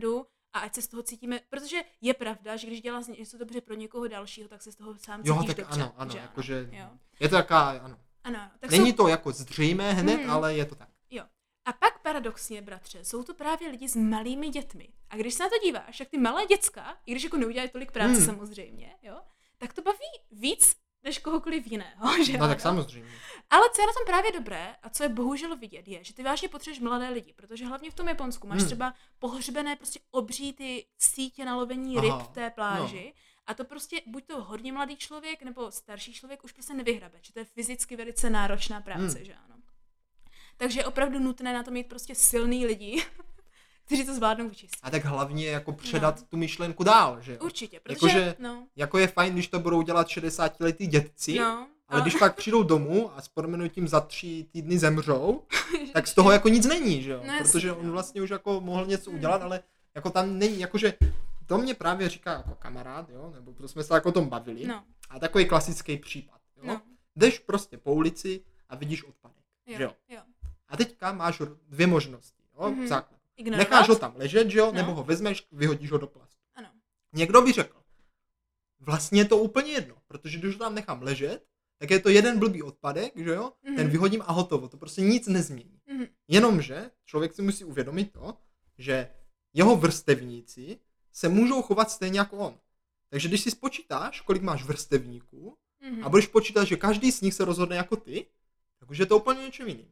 Speaker 2: a ať se z toho cítíme, protože je pravda, že když děláš něco dobře pro někoho dalšího, tak se z toho sám cítíš dobře.
Speaker 1: Ano, jakože je to taká,
Speaker 2: ano. Tak
Speaker 1: není to jako zřejmé hned, ale je to tak.
Speaker 2: Jo. A pak paradoxně, bratře, jsou to právě lidi s malými dětmi. A když se na to díváš, tak ty malé děcka, i když jako neudělají tolik práce samozřejmě, jo, tak to baví víc než kohokoliv jiného, že?
Speaker 1: No tak samozřejmě.
Speaker 2: Ale co je na tom právě dobré a co je bohužel vidět, je, že ty vážně potřebuješ mladé lidi, protože hlavně v tom Japonsku máš třeba pohřbené prostě obří ty sítě na lovení ryb v té pláži a to prostě buď to hodně mladý člověk nebo starší člověk už prostě nevyhrabe, že to je fyzicky velice náročná práce, že ano. Takže je opravdu nutné na to mít prostě silný lidi, kteří to zvládnou vyčistit.
Speaker 1: A tak hlavně jako předat tu myšlenku dál, že jo?
Speaker 2: Určitě, protože...
Speaker 1: Jako je fajn, když to budou dělat 60letý dětci, ale když pak přijdou domů a s prominutím za 3 týdny zemřou, tak z toho jako nic není, že jo? Protože on vlastně už jako mohl něco udělat, ale jako tam není, jakože to mě právě říká jako kamarád, jo? Nebo protože jsme se jako o tom bavili. A takový klasický případ, jo? Jdeš prostě po ulici a vidíš odpadek, že jo? A teďka máš 2 možnosti, jo? Základ. Necháš ho tam ležet, že jo? Nebo ho vezmeš, vyhodíš ho do plastu.
Speaker 2: Ano.
Speaker 1: Někdo by řekl, vlastně je to úplně jedno, protože když ho tam nechám ležet, tak je to jeden blbý odpadek, že jo? Ten vyhodím a hotovo, to prostě nic nezmění. Jenomže člověk si musí uvědomit to, že jeho vrstevníci se můžou chovat stejně jako on. Takže když si spočítáš, kolik máš vrstevníků a budeš počítat, že každý z nich se rozhodne jako ty, tak už je to úplně něčím jiným.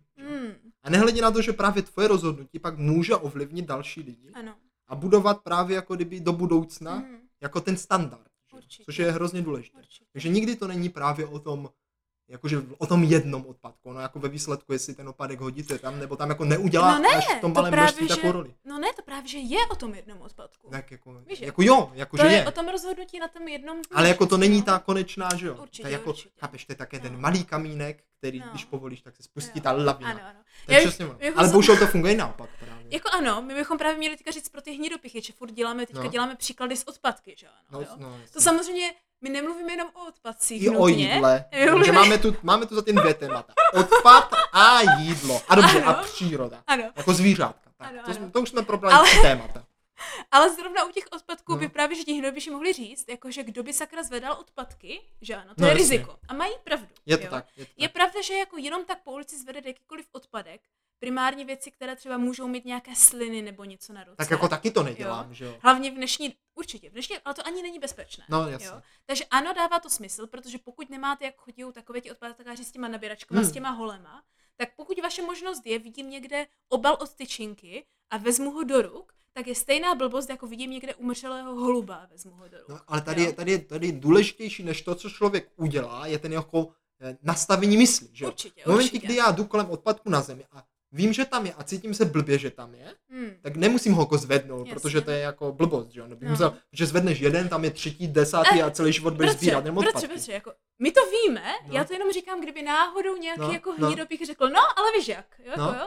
Speaker 1: A nehledě na to, že právě tvoje rozhodnutí pak může ovlivnit další lidi a budovat právě jako kdyby do budoucna jako ten standard, což je hrozně důležité. Takže nikdy to není právě o tom, jakože o tom jednom odpadku, no jako ve výsledku, jestli ten odpadek hodíte tam, nebo tam jako neudělá až v tom malém množství takovou roli.
Speaker 2: No ne, to právě, že je o tom jednom odpadku.
Speaker 1: Tak jako jo, jakože
Speaker 2: je. To
Speaker 1: je
Speaker 2: o tom rozhodnutí na tom jednom.
Speaker 1: Ale jako to není ta konečná, že jo.
Speaker 2: Určitě,
Speaker 1: jako,
Speaker 2: určitě.
Speaker 1: Chápeš, to je také ten malý kamínek, který když povolíš, tak se spustí ta lavina.
Speaker 2: Ano.
Speaker 1: To je přesně ono. Ale bohužel to funguje naopak právě.
Speaker 2: Jako ano, my bychom právě měli teďka říct pro ty hnidopichy, že furt děláme příklady z odpadky, že ano. To samozřejmě my nemluvíme jenom o odpadcích.
Speaker 1: I o jídle. Takže máme tu za ty 2 témata. Odpad a jídlo. A dobře, a příroda.
Speaker 2: Ano.
Speaker 1: Jako zvířátka. Tak,
Speaker 2: ano.
Speaker 1: To už jsme probrali 3 témata.
Speaker 2: Ale zrovna u těch odpadků by právě, že ti hnidopiši mohli říct, jakože kdo by sakra zvedal odpadky, že ano, to je riziko. A mají pravdu.
Speaker 1: Je to tak.
Speaker 2: Je pravda, že jako jenom tak po ulici zvede jakýkoliv odpadek, primárně věci, které třeba můžou mít nějaké sliny nebo něco na ruce.
Speaker 1: Tak jako taky to nedělám, že jo.
Speaker 2: Hlavně v dnešní, ale to ani není bezpečné.
Speaker 1: No, jasně.
Speaker 2: Jo? Takže ano, dává to smysl, protože pokud nemáte, jak chodí takové ti odpadkáři s těma nabíračkama, s těma holema, tak pokud vaše možnost je, vidím někde obal od tyčinky a vezmu ho do ruk, tak je stejná blbost, jako vidím někde umřelého holuba a vezmu ho do ruk.
Speaker 1: No, ale tady je důležitější, než to, co člověk udělá, je ten jako nastavení mysli, že jo.
Speaker 2: Určitě.
Speaker 1: V momentě, kdy já jdu kolem odpadku na zemi a vím, že tam je a cítím se blbě, že tam je, tak nemusím ho jako zvednout, protože to je jako blbost, že jo. Že zvedneš jeden, tam je 3., 10. a celý život budeš sbírat jenom odpadky.
Speaker 2: Bratře, jako my to víme, já to jenom říkám, kdyby náhodou nějaký jako hnidopich řekl, no, ale víš jak,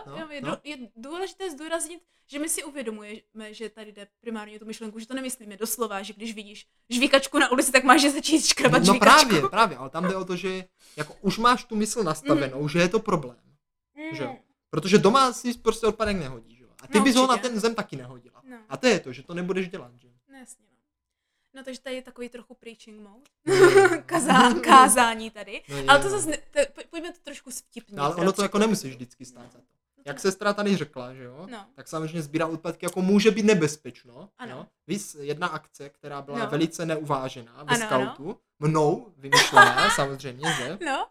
Speaker 2: je důležité zdůraznit, že my si uvědomujeme, že tady jde primárně tu myšlenku, že to nemyslíme doslova, že když vidíš žvíkačku na ulici, tak máš začít škrabat žvíkačku.
Speaker 1: No právě, ale tam jde o to, že jako už máš tu mysl nastavenou, že je to problém, že jo. Protože doma si prostě odpadek nehodíš, jo. A ty bys ho na ten zem taky nehodila. No. A to je to, že to nebudeš dělat, že?
Speaker 2: No jasně, no. No takže tady je takový trochu preaching mode. Kázání tady. No, ale to zase, pojďme to trošku vtipně.
Speaker 1: No, ale ono to jako nemusíš vždycky stát za to. Jak sestra tady řekla, že jo, tak samozřejmě sbírat odpadky jako může být nebezpečno. Jo? Víš, jedna akce, která byla velice neuvážená ve skautu, mnou vymyšlená samozřejmě, že?
Speaker 2: No.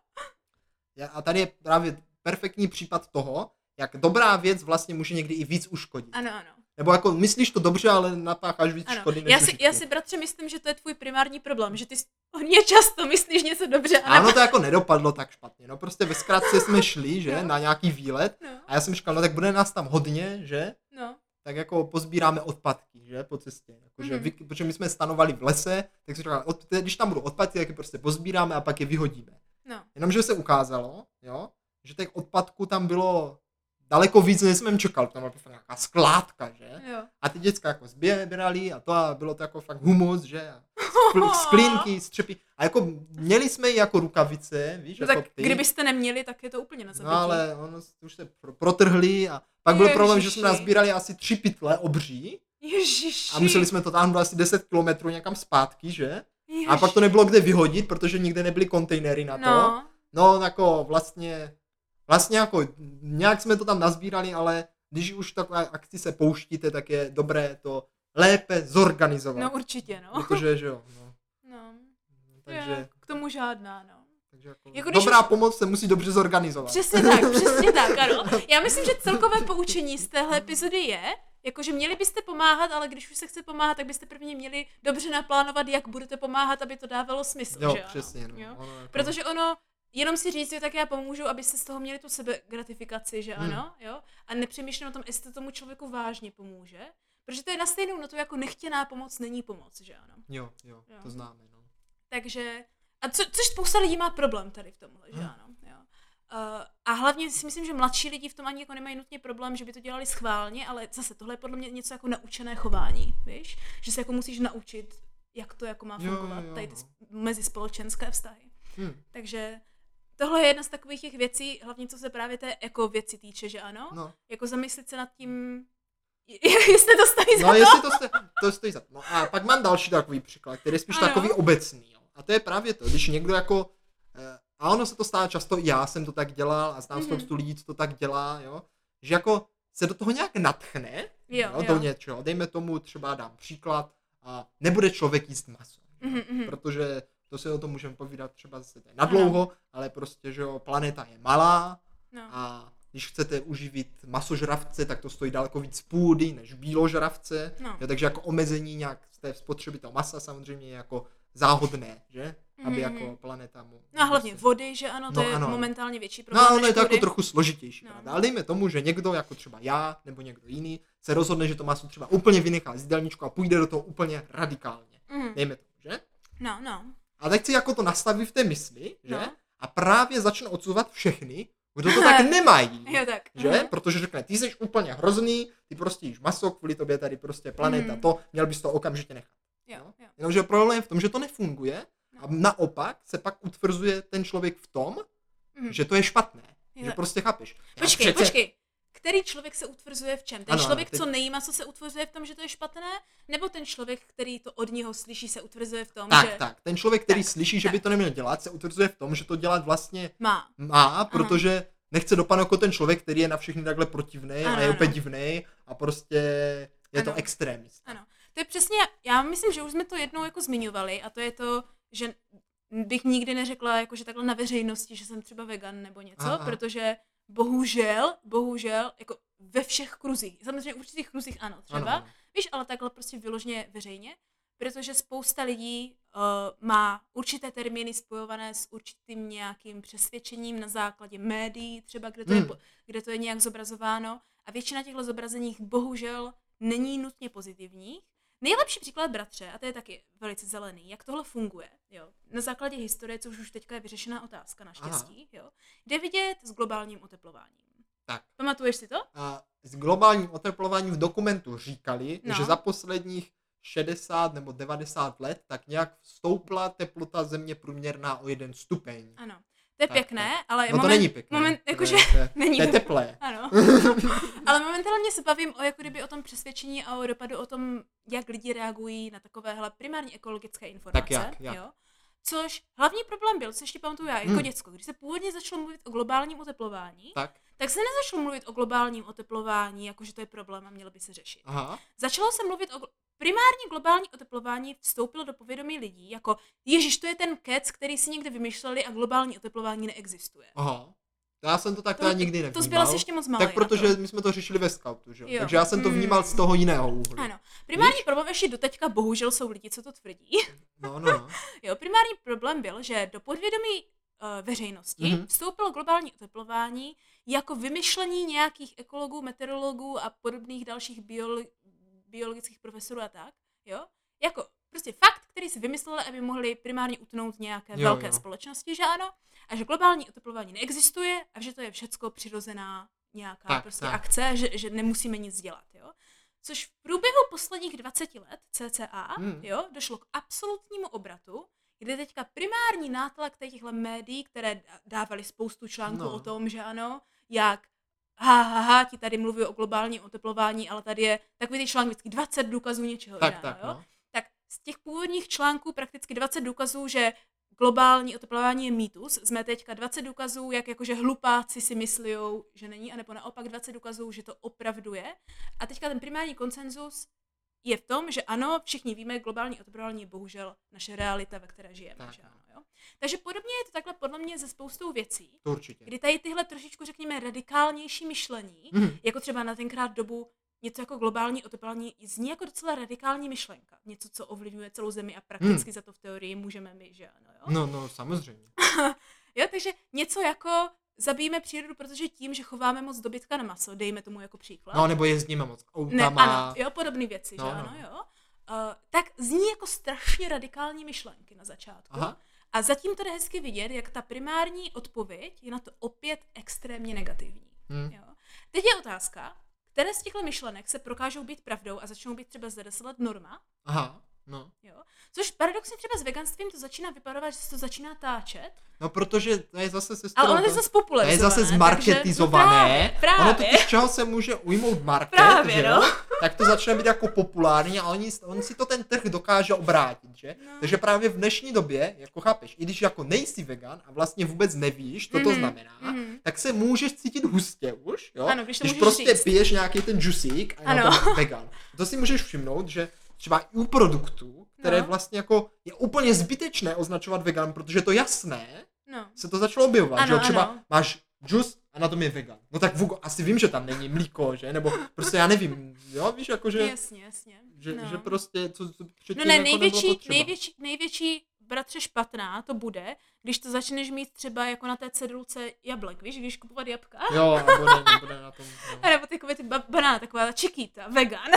Speaker 1: A tady je právě perfektní případ toho, jak dobrá věc vlastně může někdy i víc uškodit.
Speaker 2: Ano.
Speaker 1: Nebo jako myslíš to dobře, ale napácháš víc škody než užitku.
Speaker 2: Já si bratře myslím, že to je tvůj primární problém, že ty hodně často myslíš něco dobře.
Speaker 1: A ono to jako nedopadlo tak špatně, no prostě ve zkratce jsme šli, že, na nějaký výlet a já jsem říkal, no tak bude nás tam hodně, že, tak jako pozbíráme odpadky, že, po cestě, jakože, protože my jsme stanovali v lese, tak jsem říkal, když tam budou odpadky, tak je prostě pozbíráme a pak je vyhodíme. Jenomže se ukázalo, jo, že těch odpadků tam bylo daleko víc, než jsem čekal, tam byla nějaká skládka, že? Jo. A ty děcka jako sbírali a to a bylo to jako fakt humus, že? Sklínky, střepy. A jako měli jsme i jako rukavice, víš,
Speaker 2: no
Speaker 1: jako
Speaker 2: tak ty. Kdybyste neměli, tak je to úplně na zabití.
Speaker 1: No ale ono už se protrhli a pak byl problém, že jsme nazbírali asi 3 pytle obří
Speaker 2: Ježiši.
Speaker 1: A museli jsme to táhnout asi 10 kilometrů někam zpátky, že? Ježiši. A pak to nebylo kde vyhodit, protože nikde nebyly kontejnery na to. No jako vlastně jako nějak jsme to tam nazbírali, ale když už takové akci se pouštíte, tak je dobré to lépe zorganizovat.
Speaker 2: No určitě, no.
Speaker 1: Protože, že jo, no.
Speaker 2: Takže k tomu žádná, no.
Speaker 1: Takže jako dobrá pomoc se musí dobře zorganizovat.
Speaker 2: Přesně tak, ano. Já myslím, že celkové poučení z téhle epizody je, jakože měli byste pomáhat, ale když už se chce pomáhat, tak byste prvně měli dobře naplánovat, jak budete pomáhat, aby to dávalo smysl,
Speaker 1: jo,
Speaker 2: že
Speaker 1: přesně, no.
Speaker 2: Jo? Protože ono, jenom si říct, že tak já pomůžu, abyste z toho měli tu sebegratifikaci, že ano, jo? A nepřemýšlím o tom, jestli to tomu člověku vážně pomůže, protože to je na stejnou notu, jako nechtěná pomoc není pomoc, že ano.
Speaker 1: Jo, to známe, no.
Speaker 2: Takže, což spousta lidí má problém tady v tomhle, že ano, jo. A hlavně si myslím, že mladší lidi v tom ani jako nemají nutně problém, že by to dělali schválně, ale zase tohle je podle mě něco jako naučené chování, víš? Že se jako musíš naučit, jak to jako má fungovat, tady ty mezispolečenské vztahy. Takže tohle je jedna z takových těch věcí, hlavně co se právě té jako věci týče, že ano? No. Jako zamyslit se nad tím, jestli to stojí za to.
Speaker 1: No, jestli to stojí za to. No a pak mám další takový příklad, který je spíš takový obecný, jo. A to je právě to, když někdo jako, a ono se to stává často, já jsem to tak dělal a znám spoustu lidí, co to tak dělá, jo, že jako se do toho nějak natchne, do něčeho. Dejme tomu, třeba dám příklad, a nebude člověk jíst maso, protože to si o tom můžeme povídat třeba na dlouho, ale prostě, že jo, planeta je malá a když chcete uživit masožravce, tak to stojí daleko víc půdy než bíložravce, jo, takže jako omezení nějak z té spotřeby toho masa samozřejmě je jako záhodné, že? Aby jako planeta mu...
Speaker 2: No a hlavně vody, že ano, to je momentálně větší problém.
Speaker 1: No, ono je to jako trochu složitější, pravda? Ale dejme tomu, že někdo, jako třeba já, nebo někdo jiný, se rozhodne, že to maso třeba úplně vynechá z jídelníčku a půjde do toho úplně radikálně. Dejme tomu, že?
Speaker 2: No.
Speaker 1: A teď si jako to nastaví v té mysli, že? A právě začne odsouvat všechny, kdo to tak nemají,
Speaker 2: jo, tak.
Speaker 1: že? Protože řekne, ty jsi úplně hrozný, ty prostě jíš maso, kvůli tobě tady prostě planeta, to, měl bys to okamžitě nechat.
Speaker 2: Jo.
Speaker 1: Jenomže problém je v tom, že to nefunguje a naopak se pak utvrzuje ten člověk v tom, že to je špatné, že prostě chápeš.
Speaker 2: Počkej. Který člověk se utvrzuje v čem? Ten člověk, co nejí maso, se utvrzuje v tom, že to je špatné? Nebo ten člověk, který to od něho slyší, se utvrzuje v tom, že...
Speaker 1: Tak. Ten člověk, který slyší, že by to neměl dělat, se utvrzuje v tom, že to dělat vlastně má, protože nechce dopadnout jako ten člověk, který je na všechny takhle protivnej a je úplně divnej a prostě je to extrémista.
Speaker 2: Ano. To je přesně, já myslím, že už jsme to jednou jako zmiňovali a to je to, že bych nikdy neřekla jako, že takhle na veřejnosti, že jsem třeba vegan nebo něco, protože bohužel, jako ve všech kruzích, samozřejmě v určitých kruzích ano, třeba, víš, ale takhle prostě vyloženě veřejně, protože spousta lidí má určité termíny spojované s určitým nějakým přesvědčením na základě médií, třeba kde to je nějak zobrazováno a většina těchto zobrazeních bohužel není nutně pozitivních. Nejlepší příklad, bratře, a to je taky velice zelený, jak tohle funguje, jo, na základě historie, což už teďka je vyřešená otázka naštěstí, jo, jde vidět s globálním oteplováním.
Speaker 1: Tak.
Speaker 2: Pamatuješ si to?
Speaker 1: S globálním oteplováním v dokumentu říkali, že za posledních 60 nebo 90 let tak nějak stoupla teplota země průměrná o 1 stupeň.
Speaker 2: Ano. To je pěkné, ale
Speaker 1: to není pěkné.
Speaker 2: Není
Speaker 1: to je teplé.
Speaker 2: Ano. Ale momentálně se bavím o tom přesvědčení a o dopadu o tom, jak lidi reagují na takovéhle primárně ekologické informace.
Speaker 1: Tak jak?
Speaker 2: Jo? Což hlavní problém byl, co ještě pamatuju já jako děcko, když se původně začalo mluvit o globálním oteplování, tak se nezačalo mluvit o globálním oteplování, jakože to je problém a mělo by se řešit. Začalo se mluvit o primárně globální oteplování vstoupilo do povědomí lidí, jako ježiš, to je ten kec, který si někde vymýšleli a globální oteplování neexistuje.
Speaker 1: Já jsem to takhle nikdy nevnímal.
Speaker 2: To zbyla ještě moc malý.
Speaker 1: Tak protože my jsme to řešili ve Scoutu, že jo? Takže já jsem to vnímal z toho jiného úhlu.
Speaker 2: Ano. Primární problém ještě doteďka bohužel jsou lidi, co to tvrdí.
Speaker 1: No.
Speaker 2: Jo, primární problém byl, že do podvědomí veřejnosti vstoupilo globální oteplování jako vymyšlení nějakých ekologů, meteorologů a podobných dalších biologických profesorů a tak, jo? Jako prostě fakt, který si vymysleli, aby mohli primárně utnout nějaké velké společnosti, že ano, a že globální oteplování neexistuje a že to je všecko přirozená nějaká akce, že nemusíme nic dělat, jo. Což v průběhu posledních 20 let cca, jo, došlo k absolutnímu obratu, kde teďka primární nátlak těchto médií, které dávali spoustu článků o tom, že ano, jak ti tady mluví o globálním oteplování, ale tady je takový ty článek vždycky 20 důkazů něčeho jiného, jo? No. Tak z těch původních článků prakticky 20 důkazů, že globální oteplování je mýtus, jsme teďka 20 důkazů, jak jakože hlupáci si myslí, že není, anebo naopak 20 důkazů, že to opravdu je. A teďka ten primární konsenzus je v tom, že ano, všichni víme, globální oteplování je bohužel naše realita, ve které žijeme.
Speaker 1: Tak.
Speaker 2: Že ano, jo? Takže podobně je to takhle podle mě ze spoustou věcí,
Speaker 1: určitě.
Speaker 2: Kdy tady tyhle trošičku, řekněme, radikálnější myšlení, jako třeba na tenkrát dobu něco jako globální oteplování, zní jako docela radikální myšlenka. Něco, co ovlivňuje celou zemi a prakticky za to v teorii můžeme my, že ano, jo?
Speaker 1: No, samozřejmě.
Speaker 2: Jo, takže něco jako zabijeme přírodu, protože tím, že chováme moc dobytka na maso, dejme tomu jako příklad.
Speaker 1: No, nebo jezdíme moc autama.
Speaker 2: Ano, jo, podobné věci, že ano, jo. Tak zní jako strašně radikální myšlenky na začátku. Aha. A zatím to jde hezky vidět, jak ta primární odpověď je na to opět extrémně negativní. Jo. Teď je otázka, které z těchto myšlenek se prokážou být pravdou a začnou být třeba za 10 let norma.
Speaker 1: Aha, no.
Speaker 2: Jo. Což paradoxně třeba s veganstvím to začíná vypadat, že se to začíná táčet.
Speaker 1: No, protože to je zase
Speaker 2: ale ono je zase popularizované.
Speaker 1: To je zase zmarketizované.
Speaker 2: Takže, právě.
Speaker 1: Ono totiž čeho se může ujmout market,
Speaker 2: právě,
Speaker 1: že
Speaker 2: no.
Speaker 1: Tak to začne být jako populární a on si to ten trh dokáže obrátit, že? No. Takže právě v dnešní době, jako chápeš, i když jako nejsi vegan a vlastně vůbec nevíš, co to znamená, tak se můžeš cítit hustě už, jo?
Speaker 2: Ano,
Speaker 1: když prostě piješ nějaký ten džusík a je to vegan. To si můžeš všimnout, že třeba i u produktů, které vlastně jako je úplně zbytečné označovat vegan, protože to jasné, se to začalo objevovat, že třeba máš džus a na tom je vegan. No tak asi vím, že tam není mlíko, že? Nebo prostě já nevím, jo, víš, jakože...
Speaker 2: Jasně.
Speaker 1: Že prostě, co předtím
Speaker 2: ne,
Speaker 1: jako
Speaker 2: největší bratře špatná to bude, když to začneš mít třeba jako na té cedulce jablek, víš, když kupovat jabka.
Speaker 1: Jo, a bude na tom. Jo.
Speaker 2: A nebo takové ty banány, taková ta Chiquita, vegan.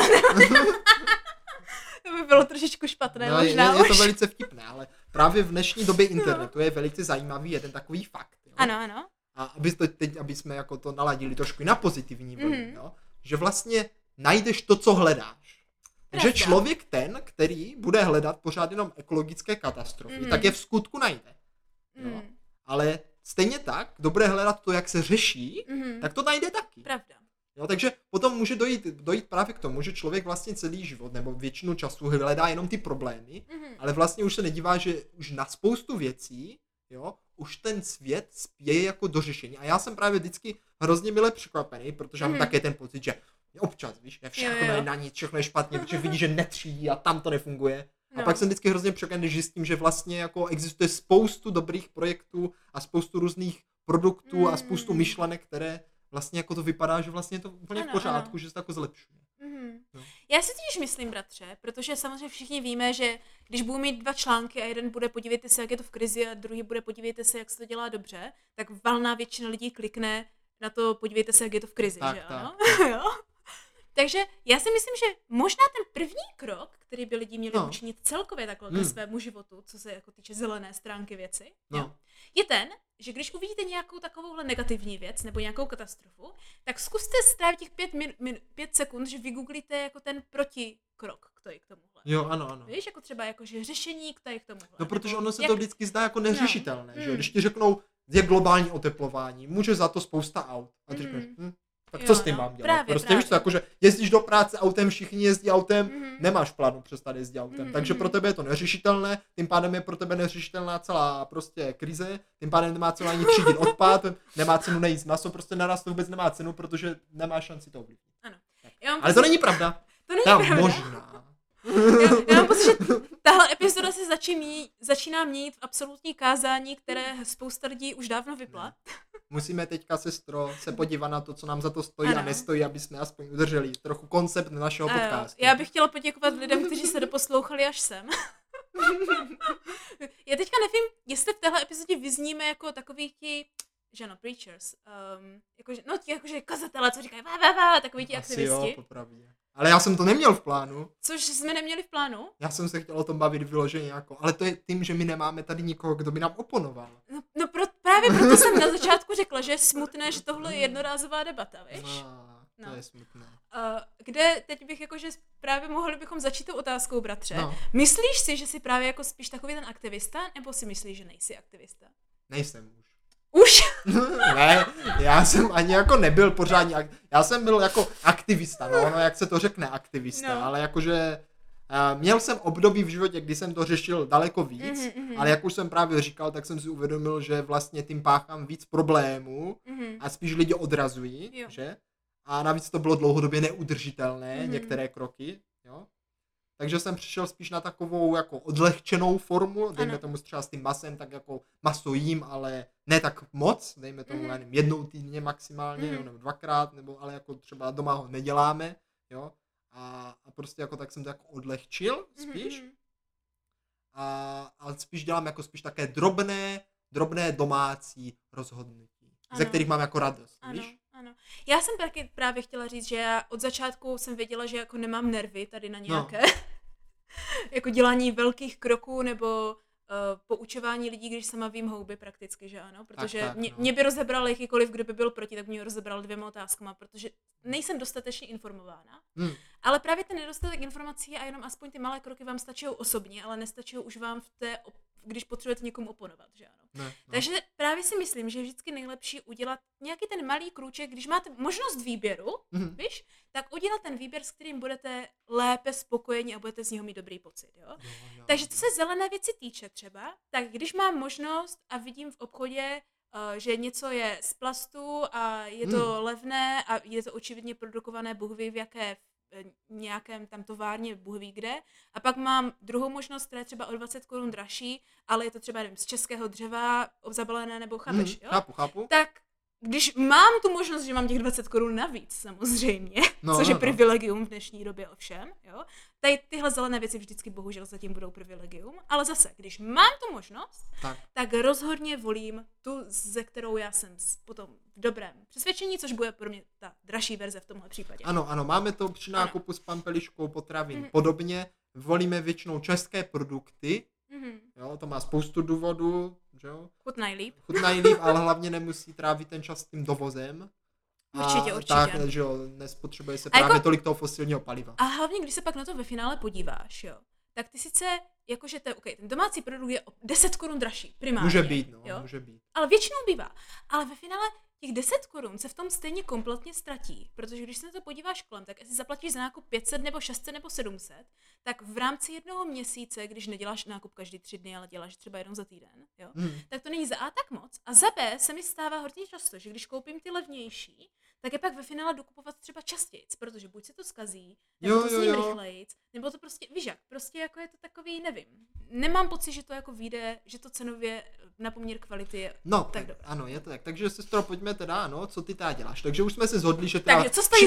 Speaker 2: To by bylo trošičku špatné, možná
Speaker 1: je to velice vtipné, ale právě v dnešní době internetu je velice zajímavý jeden takový fakt. Jo?
Speaker 2: Ano.
Speaker 1: A aby jsme jako to naladili trošku na pozitivní vlnu, jo? Že vlastně najdeš to, co hledáš. Takže člověk ten, který bude hledat pořád jenom ekologické katastrofy, tak je v skutku najde. Jo? Ale stejně tak, kdo bude hledat to, jak se řeší, tak to najde taky.
Speaker 2: Pravda.
Speaker 1: Jo, takže potom může dojít právě k tomu, že člověk vlastně celý život nebo většinu času hledá jenom ty problémy, ale vlastně už se nedívá, že už na spoustu věcí, jo, už ten svět spěje jako do řešení. A já jsem právě vždycky hrozně mile překvapený, protože mám také ten pocit, že občas, víš, všechno je na nic, všechno je špatně, protože vidí, že netřídí a tam to nefunguje. A pak jsem vždycky hrozně překvapený, že s tím, že vlastně jako existuje spoustu dobrých projektů a spoustu různých produktů a spoustu myšlenek, které vlastně jako to vypadá, že vlastně je to úplně v pořádku, že se to jako zlepšuje.
Speaker 2: No. Já si totiž myslím, bratře, protože samozřejmě všichni víme, že když budou mít 2 články a jeden bude podívejte se, jak je to v krizi a druhý bude podívejte se, jak se to dělá dobře, tak valná většina lidí klikne na to podívejte se, jak je to v krizi, že ano? Jo? Takže já si myslím, že možná ten první krok, který by lidi měli učinit celkově takhle ke svému životu, co se jako týče zelené stránky věci, je ten, že když uvidíte nějakou takovouhle negativní věc nebo nějakou katastrofu, tak zkuste strávit těch 5 sekund, že vygooglíte jako ten protikrok k tomuhle.
Speaker 1: Jo, ano.
Speaker 2: Víš, jako třeba jakože řešení k tomuhle.
Speaker 1: No, protože ono se to vždycky zdá jako neřešitelné, že? Když ti řeknou, je globální oteplování, může za to spousta aut. A ty řekneš, tak co s tím mám dělat? Prostě víš co, jakože jezdíš do práce autem, všichni jezdí autem, nemáš plánu přestat jezdit autem, takže pro tebe je to neřešitelné, tím pádem je pro tebe neřešitelná celá prostě krize, tím pádem nemá cenu ani třídit odpad, nemá cenu nejíst maso, prostě naraz to vůbec nemá cenu, protože nemá šanci to ovlivnit.
Speaker 2: Ano.
Speaker 1: Ale to není pravda.
Speaker 2: To není pravda.
Speaker 1: Možná.
Speaker 2: Já mám pocit, že tahle epizoda se začíná měnit v absolutní kázání, které spousta lidí už dávno vypla.
Speaker 1: Musíme teďka, sestro, se podívat na to, co nám za to stojí a nestojí, aby jsme aspoň udrželi trochu koncept našeho podcastu.
Speaker 2: Já bych chtěla poděkovat lidem, kteří se doposlouchali až sem. Já teďka nevím, jestli v téhle epizodě vyzníme jako takový ti, že no, preachers, jakože kazatelé, co říkají takový ti aktivisti.
Speaker 1: Asi jo, popravdě. Ale já jsem to neměl v plánu.
Speaker 2: Což jsme neměli v plánu?
Speaker 1: Já jsem se chtěl o tom bavit vyloženě jako, ale to je tím, že my nemáme tady nikoho, kdo by nám oponoval.
Speaker 2: Právě proto jsem na začátku řekla, že je smutné, že tohle je jednorázová debata, víš?
Speaker 1: To je smutné.
Speaker 2: Kde teď bych jakože právě mohli bychom začít tou otázkou, bratře. Myslíš si, že jsi právě jako spíš takový ten aktivista, nebo si myslíš, že nejsi aktivista?
Speaker 1: Nejsem už.
Speaker 2: Už?
Speaker 1: Ne, já jsem ani jako nebyl pořádně, já jsem byl jako aktivista, no, jak se to řekne aktivista, no. Ale jakože měl jsem období v životě, kdy jsem to řešil daleko víc, ale jak už jsem právě říkal, tak jsem si uvědomil, že vlastně tím páchám víc problémů a spíš lidi odrazují, že? A navíc to bylo dlouhodobě neudržitelné, některé kroky, jo? Takže jsem přišel spíš na takovou jako odlehčenou formu, dejme tomu třeba s tím masem, tak jako maso jím, ale ne tak moc, dejme tomu jednou týdně maximálně, jo, nebo dvakrát, nebo ale jako třeba doma ho neděláme, jo. A prostě jako tak jsem to jako odlehčil spíš. A spíš dělám jako spíš také drobné domácí rozhodnutí, ze kterých mám jako radost, víš?
Speaker 2: Ano. Já jsem taky právě chtěla říct, že já od začátku jsem věděla, že jako nemám nervy tady na nějaké jako dělání velkých kroků nebo poučování lidí, když sama vím houby prakticky, že ano, protože mě by rozebral jakýkoliv, kdo by byl proti, tak mě rozebral 2 otázkama, protože nejsem dostatečně informována, ale právě ten nedostatek informací a jenom aspoň ty malé kroky vám stačí osobně, ale nestačí už vám když potřebujete někomu oponovat, že ano. Ne. Takže právě si myslím, že je vždycky nejlepší udělat nějaký ten malý krůček, když máte možnost výběru, víš, tak udělat ten výběr, s kterým budete lépe spokojeni a budete z něho mít dobrý pocit, jo. Takže co se zelené věci týče třeba, tak když mám možnost a vidím v obchodě, že něco je z plastu a je to levné a je to očividně produkované Bůh ví v jaké nějakém tam továrně, Bůh ví kde, a pak mám druhou možnost, která je třeba o 20 Kč dražší, ale je to třeba nevím, z českého dřeva zabalené nebo chápeš, jo?
Speaker 1: Chápu.
Speaker 2: Tak když mám tu možnost, že mám těch 20 Kč navíc samozřejmě, což je privilegium v dnešní době ovšem, jo, tady tyhle zelené věci vždycky bohužel zatím budou privilegium, ale zase, když mám tu možnost, tak rozhodně volím tu, ze kterou já jsem potom v dobrém přesvědčení, což bude pro mě ta dražší verze v tomhle případě.
Speaker 1: Ano, máme to při nákupu s pampeliškou potravin podobně, volíme většinou české produkty, jo, to má spoustu důvodů, že jo?
Speaker 2: Chutnají líp,
Speaker 1: ale hlavně nemusí trávit ten čas s tím dovozem.
Speaker 2: Určitě.
Speaker 1: Tak, že jo, nespotřebuje se právě tolik toho fosilního paliva.
Speaker 2: A hlavně, když se pak na to ve finále podíváš, jo, tak ty sice, jakože ten domácí produkt je o 10 Kč dražší, primárně.
Speaker 1: Může být.
Speaker 2: Ale většinou bývá. Ale ve finále těch 10 Kč se v tom stejně kompletně ztratí, protože když se na to podíváš kolem, tak jestli zaplatíš za nákup 500 nebo 600 nebo 700, tak v rámci jednoho měsíce, když neděláš nákup každý 3 dny, ale děláš třeba jednou za týden, jo, tak to není za A tak moc. A za B se mi stává hodně často, že když koupím ty levnější, tak je pak ve finále dokupovat třeba častějc, protože buď se to zkazí, nebo to s ním rychlejc, nebo to prostě, víš jak, prostě jako je to takový, nevím. Nemám pocit, že to jako vyjde, že to cenově na poměr kvality je tak dobré.
Speaker 1: Ano, je to tak. Takže sestro, pojďme teda, co ty teda děláš. Takže už jsme se shodli, že
Speaker 2: teda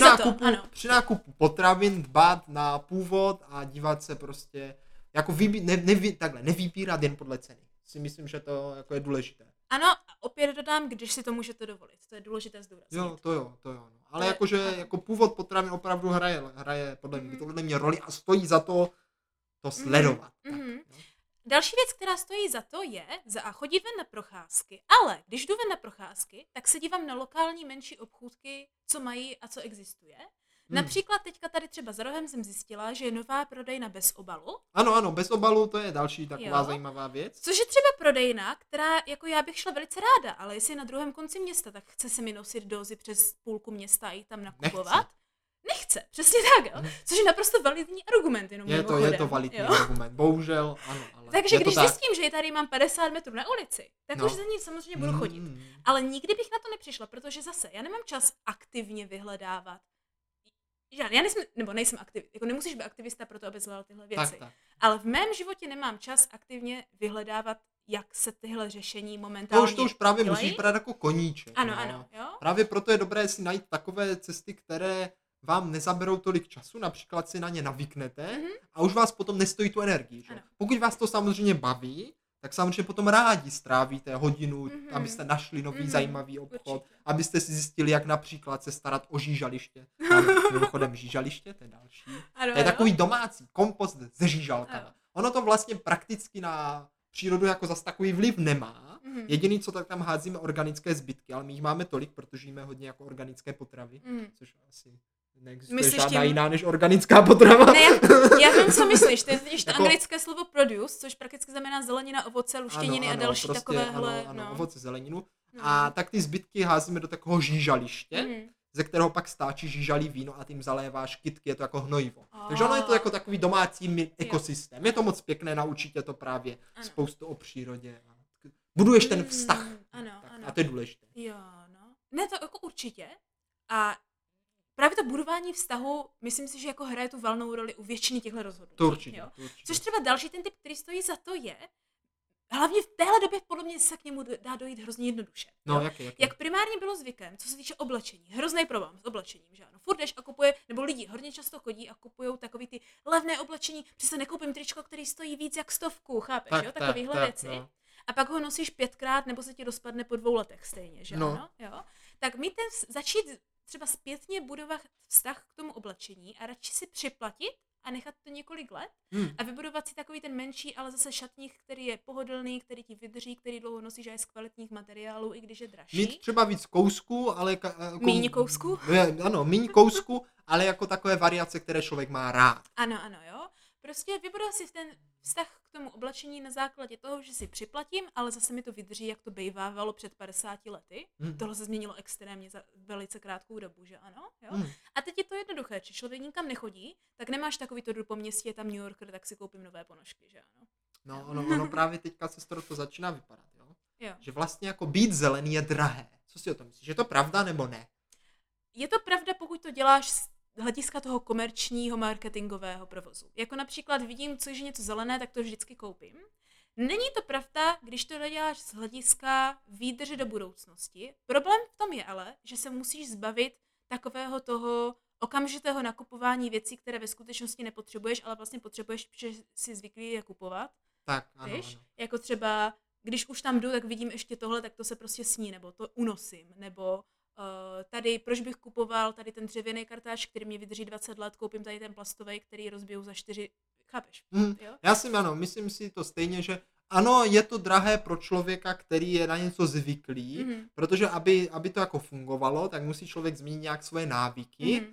Speaker 1: při nákupu potravin dbát na původ a dívat se prostě, jako nevybírat jen podle ceny. Si myslím, že to jako je důležité.
Speaker 2: Ano, opět dodám, když si to můžete dovolit. To je důležité zdůraznit.
Speaker 1: Jo, to jo. Ale jakože jako původ potravin opravdu hraje podle mě roli a stojí za to sledovat. Tak,
Speaker 2: Další věc, která stojí za to, je chodit ven na procházky. Ale když jdu ven na procházky, tak se dívám na lokální menší obchůdky, co mají a co existuje. Například teďka tady třeba za rohem jsem zjistila, že je nová prodejna bez obalu.
Speaker 1: Ano, bez obalu, to je další taková zajímavá věc.
Speaker 2: Což je třeba prodejna, která jako já bych šla velice ráda, ale jestli je na druhém konci města, tak chce se mi nosit dozy přes půlku města a jít tam nakupovat. Nechce, přesně tak, jo. Což je naprosto validní argument, jenom
Speaker 1: je to validní argument, bohužel, ano. Ale
Speaker 2: takže když zjistím, že tady mám 50 metrů na ulici, tak už za ní samozřejmě budu chodit. Ale nikdy bych na to nepřišla, protože zase já nemám čas aktivně vyhledávat. Já nejsem aktivista, jako nemusíš být aktivista pro to, aby zvládal tyhle věci. Tak. Ale v mém životě nemám čas aktivně vyhledávat, jak se tyhle řešení momentálně
Speaker 1: to už právě dělají. Musíš brát jako koníček.
Speaker 2: Ano, jo.
Speaker 1: Právě proto je dobré si najít takové cesty, které vám nezaberou tolik času, například si na ně navyknete a už vás potom nestojí tu energii. Že? Pokud vás to samozřejmě baví, tak samozřejmě potom rádi strávíte hodinu, abyste našli nový zajímavý obchod, abyste si zjistili, jak například se starat o žížaliště. Mimochodem žížaliště, to je další. To je takový domácí kompost se žížalkama. Ono to vlastně prakticky na přírodu jako zas takový vliv nemá. Jediný, co tak tam házíme organické zbytky, ale my jich máme tolik, protože jíme hodně jako organické potravy, což asi neexistuje žádná jiná než organická potrava.
Speaker 2: Ne, já vím, co myslíš. To je totiž to anglické slovo produce, což prakticky znamená zelenina, ovoce, luštěniny a další
Speaker 1: prostě,
Speaker 2: takovéhle.
Speaker 1: Ano, ovoce, zeleninu. A tak ty zbytky házíme do takového žížaliště, ze kterého pak stáčí žížalí víno a tím zaléváš kytky, je to jako hnojivo. Takže ono je to jako takový domácí ekosystém. Je to moc pěkné, naučí tě to právě spoustu o přírodě. Buduješ ten vztah.
Speaker 2: Ano.
Speaker 1: A to je důležité.
Speaker 2: Jo, no. Ne, to jako určitě. A právě to budování vztahu, myslím si, že jako hraje tu valnou roli u většiny těchto rozhodnutí.
Speaker 1: To určitě.
Speaker 2: Což třeba další ten typ, který stojí za to je, hlavně v téhle době podle mě se k němu dá dojít hrozně jednoduše.
Speaker 1: No, jaký?
Speaker 2: Jak primárně bylo zvykem, co se týče oblečení. Hrozný problém s oblečením, že ano. Furt jdeš a kupuje, nebo lidi hodně často chodí a kupují takový ty levné oblečení, přece nekoupím tričko, který stojí víc jak 100, chápeš, jo? Takovýhle věci. No. A pak ho nosíš 5krát, nebo se ti rozpadne po 2 letech stejně, že ano? Jo? Tak mít začít třeba zpětně budovat vztah k tomu oblečení a radši si připlatit a nechat to několik let a vybudovat si takový ten menší, ale zase šatník, který je pohodlný, který ti vydrží, který dlouho nosíš a je z kvalitních materiálů, i když je dražší.
Speaker 1: Mít třeba víc kousků, ale...
Speaker 2: Míň kousků?
Speaker 1: Ano, míň kousků, ale jako takové variace, které člověk má rád.
Speaker 2: Ano, jo. Prostě vybudovat si ten vztah k tomu oblečení na základě toho, že si připlatím, ale zase mi to vydrží, jak to bývávalo před 50 lety. Tohle se změnilo extrémně za velice krátkou dobu, že ano? Jo? A teď je to jednoduché, že člověk nikam nechodí, tak nemáš takový to jdu po městě, je tam New Yorker, tak si koupím nové ponožky, že ano?
Speaker 1: No, ono právě teďka se to začíná vypadat, jo? Že vlastně jako být zelený je drahé. Co si o tom myslíš? Je to pravda nebo ne?
Speaker 2: Je to pravda, pokud to děláš z hlediska toho komerčního marketingového provozu. Jako například vidím, co je něco zelené, tak to vždycky koupím. Není to pravda, když to děláš z hlediska výdrže do budoucnosti. Problém v tom je ale, že se musíš zbavit takového toho okamžitého nakupování věcí, které ve skutečnosti nepotřebuješ, ale vlastně potřebuješ, protože jsi zvyklý je kupovat.
Speaker 1: Tak, ano.
Speaker 2: Jako třeba, když už tam jdu, tak vidím ještě tohle, tak to se prostě sní, nebo to unosím, nebo tady, proč bych kupoval tady ten dřevěný kartáč, který mě vydrží 20 let, koupím tady ten plastový, který rozbiju za 4, chápeš? Jo?
Speaker 1: Já si myslím si to stejně, že ano, je to drahé pro člověka, který je na něco zvyklý, protože aby to jako fungovalo, tak musí člověk změnit nějak svoje návyky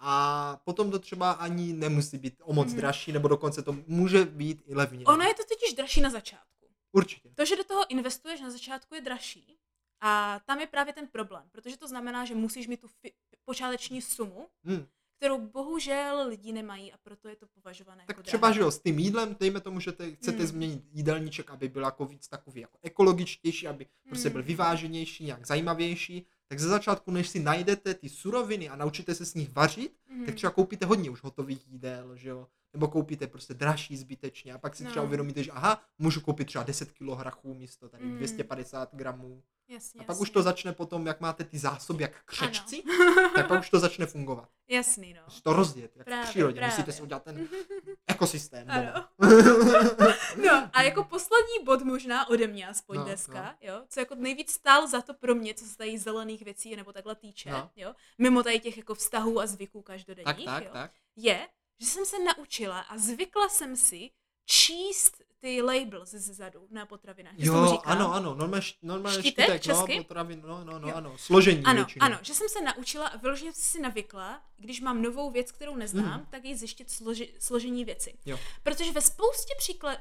Speaker 1: a potom to třeba ani nemusí být o moc dražší, nebo dokonce to může být i levnější.
Speaker 2: Ono je to totiž dražší na začátku.
Speaker 1: Určitě.
Speaker 2: To, že do toho investuješ na začátku, je dražší. A tam je právě ten problém, protože to znamená, že musíš mít tu počáteční sumu, kterou bohužel lidi nemají a proto je to považované
Speaker 1: tak
Speaker 2: jako
Speaker 1: třeba,
Speaker 2: drahé.
Speaker 1: že jo, s tím jídlem, dejme tomu, že chcete změnit jídelníček, aby byl jako víc takový jako ekologičtější, aby prostě byl vyváženější, nějak zajímavější, tak ze začátku, než si najdete ty suroviny a naučíte se s nich vařit, tak třeba koupíte hodně už hotových jídel, že jo, nebo koupíte prostě dražší zbytečně a pak si třeba uvědomíte, že aha, můžu koupit třeba 10 kg hrachů místo tady 250 gramů.
Speaker 2: Jasně,
Speaker 1: a pak už to začne potom, jak máte ty zásoby jak křečci, tak pak už to začne fungovat.
Speaker 2: Jasný, no.
Speaker 1: Musíte to rozjet, jak v přírodě. Musíte si udělat ten ekosystém.
Speaker 2: No a jako poslední bod možná ode mě aspoň dneska, jo, co jako nejvíc stál za to pro mě, co se tady zelených věcí nebo takhle týče, jo, mimo tady těch jako vztahů a zvyků každodenních, tak. Je, že jsem se naučila a zvykla jsem si číst ty labels zezadu na potravinách.
Speaker 1: Jo, ano, normálně štítek,
Speaker 2: česky?
Speaker 1: Potravin, ano, složení většinou.
Speaker 2: Ano, že jsem se naučila a vyloženě si navykla, když mám novou věc, kterou neznám, tak ji zjistit složení věci. Jo. Protože ve spoustě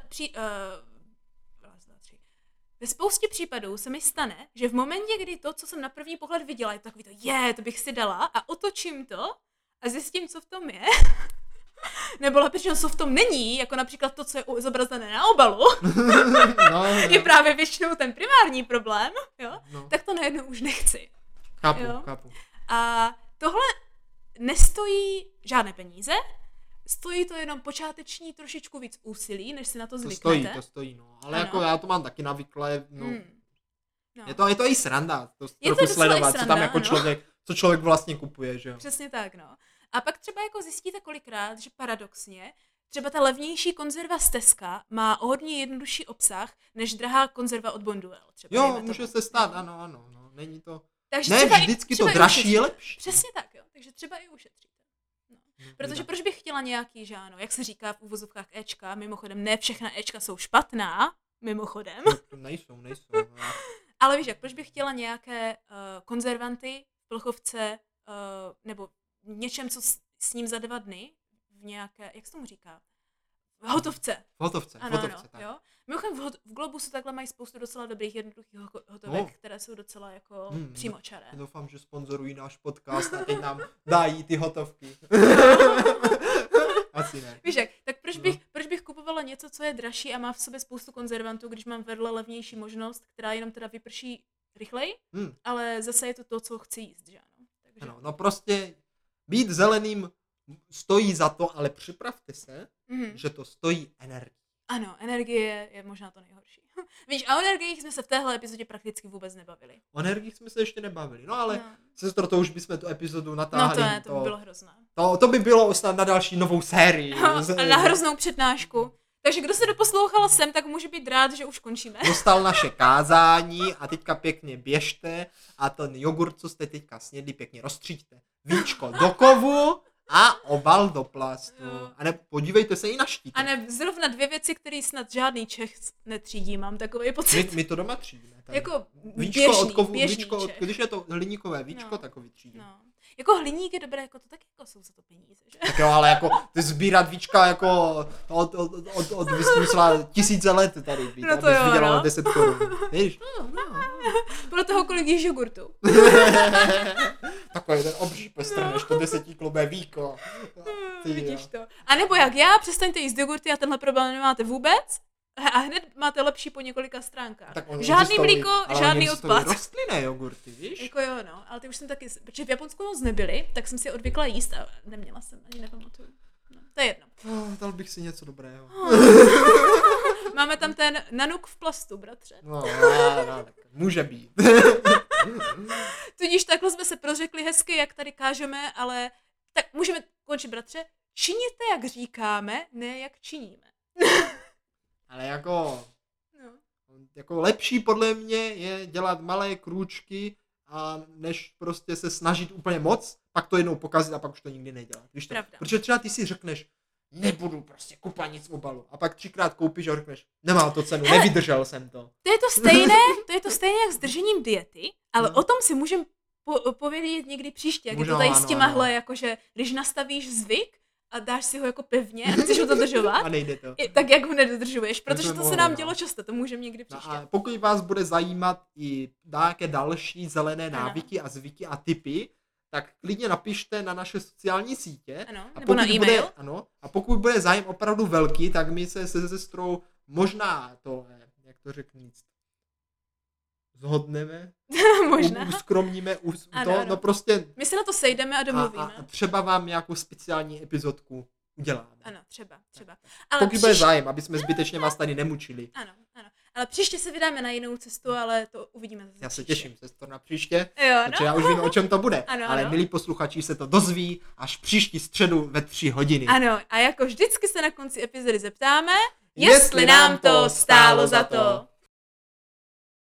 Speaker 2: ve spoustě případů se mi stane, že v momentě, kdy to, co jsem na první pohled viděla, je to takový to bych si dala a otočím to a zjistím, co v tom je. Nebo lepší, co v tom není, jako například to, co je zobrazené na obalu, je právě většinou ten primární problém, jo? Tak to najednou už nechci.
Speaker 1: Chápu.
Speaker 2: A tohle nestojí žádné peníze, stojí to jenom počáteční trošičku víc úsilí, než si na to zvyknete.
Speaker 1: To stojí, no. Ale jako já to mám taky navyklé, Je to i sranda, to trochu sledovat, co tam jako co člověk vlastně kupuje, že jo.
Speaker 2: Přesně tak, no. A pak třeba jako zjistíte kolikrát, že paradoxně, třeba ta levnější konzerva z Teska má o hodně jednodušší obsah, než drahá konzerva od Bonduelle.
Speaker 1: Jo, může se stát, ano, není to...
Speaker 2: Takže
Speaker 1: ne, vždycky to dražší je lepší.
Speaker 2: Přesně tak, jo, takže třeba i ušetříte. No. Protože proč bych chtěla nějaký, že ano, jak se říká v uvozovkách Ečka, mimochodem ne všechna Ečka jsou špatná, mimochodem.
Speaker 1: Nejsou.
Speaker 2: Ale víš jak, proč bych chtěla nějaké konzervanty v plechovce nebo něčem, co s ním za 2 dny, v nějaké, jak se tomu říká, Hotovce.
Speaker 1: Ano,
Speaker 2: tak. Jo. Mimochodem v Globusu takhle mají spoustu docela dobrých jednoduchých hotovek, které jsou docela jako přímočaré.
Speaker 1: Doufám, že sponzorují náš podcast a teď nám dají ty hotovky. Asi ne.
Speaker 2: Víš jak, tak proč bych kupovala něco, co je dražší a má v sobě spoustu konzervantů, když mám vedle levnější možnost, která jenom teda vyprší rychleji, ale zase je to, co chci jíst, že ano. Takže...
Speaker 1: Ano, no prostě být zeleným stojí za to, ale připravte se, že to stojí energii.
Speaker 2: Ano, energie je možná to nejhorší. Víš, a o energiích jsme se v téhle epizodě prakticky vůbec nebavili.
Speaker 1: O energiích jsme se ještě nebavili, no ale sestro, to už bychom tu epizodu natáhli.
Speaker 2: No to by bylo hrozné.
Speaker 1: To by bylo snad na další novou sérii.
Speaker 2: A na hroznou přednášku. Takže kdo se doposlouchal sem, tak může být rád, že už končíme.
Speaker 1: Dostal naše kázání a teďka pěkně běžte a ten jogurt, co jste teďka snědli, pěkně rozstříďte. Víčko do kovu a obal do plastu. A ne, podívejte se i na štítek.
Speaker 2: A ne, zrovna 2 věci, které snad žádný Čech netřídí, mám takový pocit.
Speaker 1: My to doma třídíme. Tady.
Speaker 2: Jako
Speaker 1: víčko od kovu, když je to hliníkové víčko, tak ho vytřídíme.
Speaker 2: No. Jako hliník je dobré, jako to taky jako jsou za to peníze, že?
Speaker 1: Tak jo, ale jako ty sbírat víčka jako od vysmyslela 1000 let tady být,
Speaker 2: no to jo,
Speaker 1: vydělala 10 korun. Víš?
Speaker 2: Podle toho, kolik jíš jogurtu.
Speaker 1: Takový ten obří pestrneš, to 10klubé víko.
Speaker 2: Vidíš to. A nebo jak já, přestaňte jíst jogurty a tenhle problém nemáte vůbec. A hned máte lepší po několika stránkách. Žádný mlíko, žádný odpad.
Speaker 1: Rostlinné jogurty, víš?
Speaker 2: Jako jo, no, ale ty už jsem taky, protože v Japonsku moc nebyly, tak jsem si odvykla jíst a neměla jsem, ani nepamatuju. No, to je jedno.
Speaker 1: Dal bych si něco dobrého.
Speaker 2: Máme tam ten nanuk v plastu, bratře.
Speaker 1: No, tak může být.
Speaker 2: Tudíž takhle jsme se prořekli hezky, jak tady kážeme, ale tak můžeme končit, bratře. Činěte, jak říkáme, ne jak činíme.
Speaker 1: Ale jako lepší podle mě je dělat malé krůčky a než prostě se snažit úplně moc, pak to jednou pokazit a pak už to nikdy nedělat. Víš to? Protože třeba ty si řekneš, nebudu prostě kupat nic v obalu a pak 3krát koupíš a řekneš, nemá to cenu, nevydržel jsem to.
Speaker 2: To je to stejné jak s držením diety, ale o tom si můžeme povědět někdy příště, jak je to tady s těmahle, jakože když nastavíš zvyk, a dáš si ho jako pevně a chceš ho dodržovat,
Speaker 1: a nejde to.
Speaker 2: Tak jak ho nedodržuješ, protože to se nám dělo často, to můžeme někdy příště.
Speaker 1: No a pokud vás bude zajímat i nějaké další zelené návyky a zvyky a tipy, tak klidně napište na naše sociální sítě.
Speaker 2: Ano, nebo na e-mail.
Speaker 1: A pokud bude zájem opravdu velký, tak my se sestrou možná to, jak to řeknu, zhodneme,
Speaker 2: možná.
Speaker 1: Uskromníme
Speaker 2: ano.
Speaker 1: No prostě.
Speaker 2: My se na to sejdeme a domluvíme.
Speaker 1: A třeba vám nějakou speciální epizodku uděláme.
Speaker 2: Ano, třeba.
Speaker 1: Ale pokud bude zájem, aby jsme zbytečně vás tady nemučili.
Speaker 2: Ano. Ale příště se vydáme na jinou cestu, ale to uvidíme zase.
Speaker 1: Já se těším, sestro, na příště.
Speaker 2: Jo,
Speaker 1: protože já už vím, o čem to bude.
Speaker 2: Ano,
Speaker 1: ale milí posluchači se to dozví až příští středu ve 3 hodiny.
Speaker 2: Ano, a jako vždycky se na konci epizody zeptáme, jestli nám to stálo za to.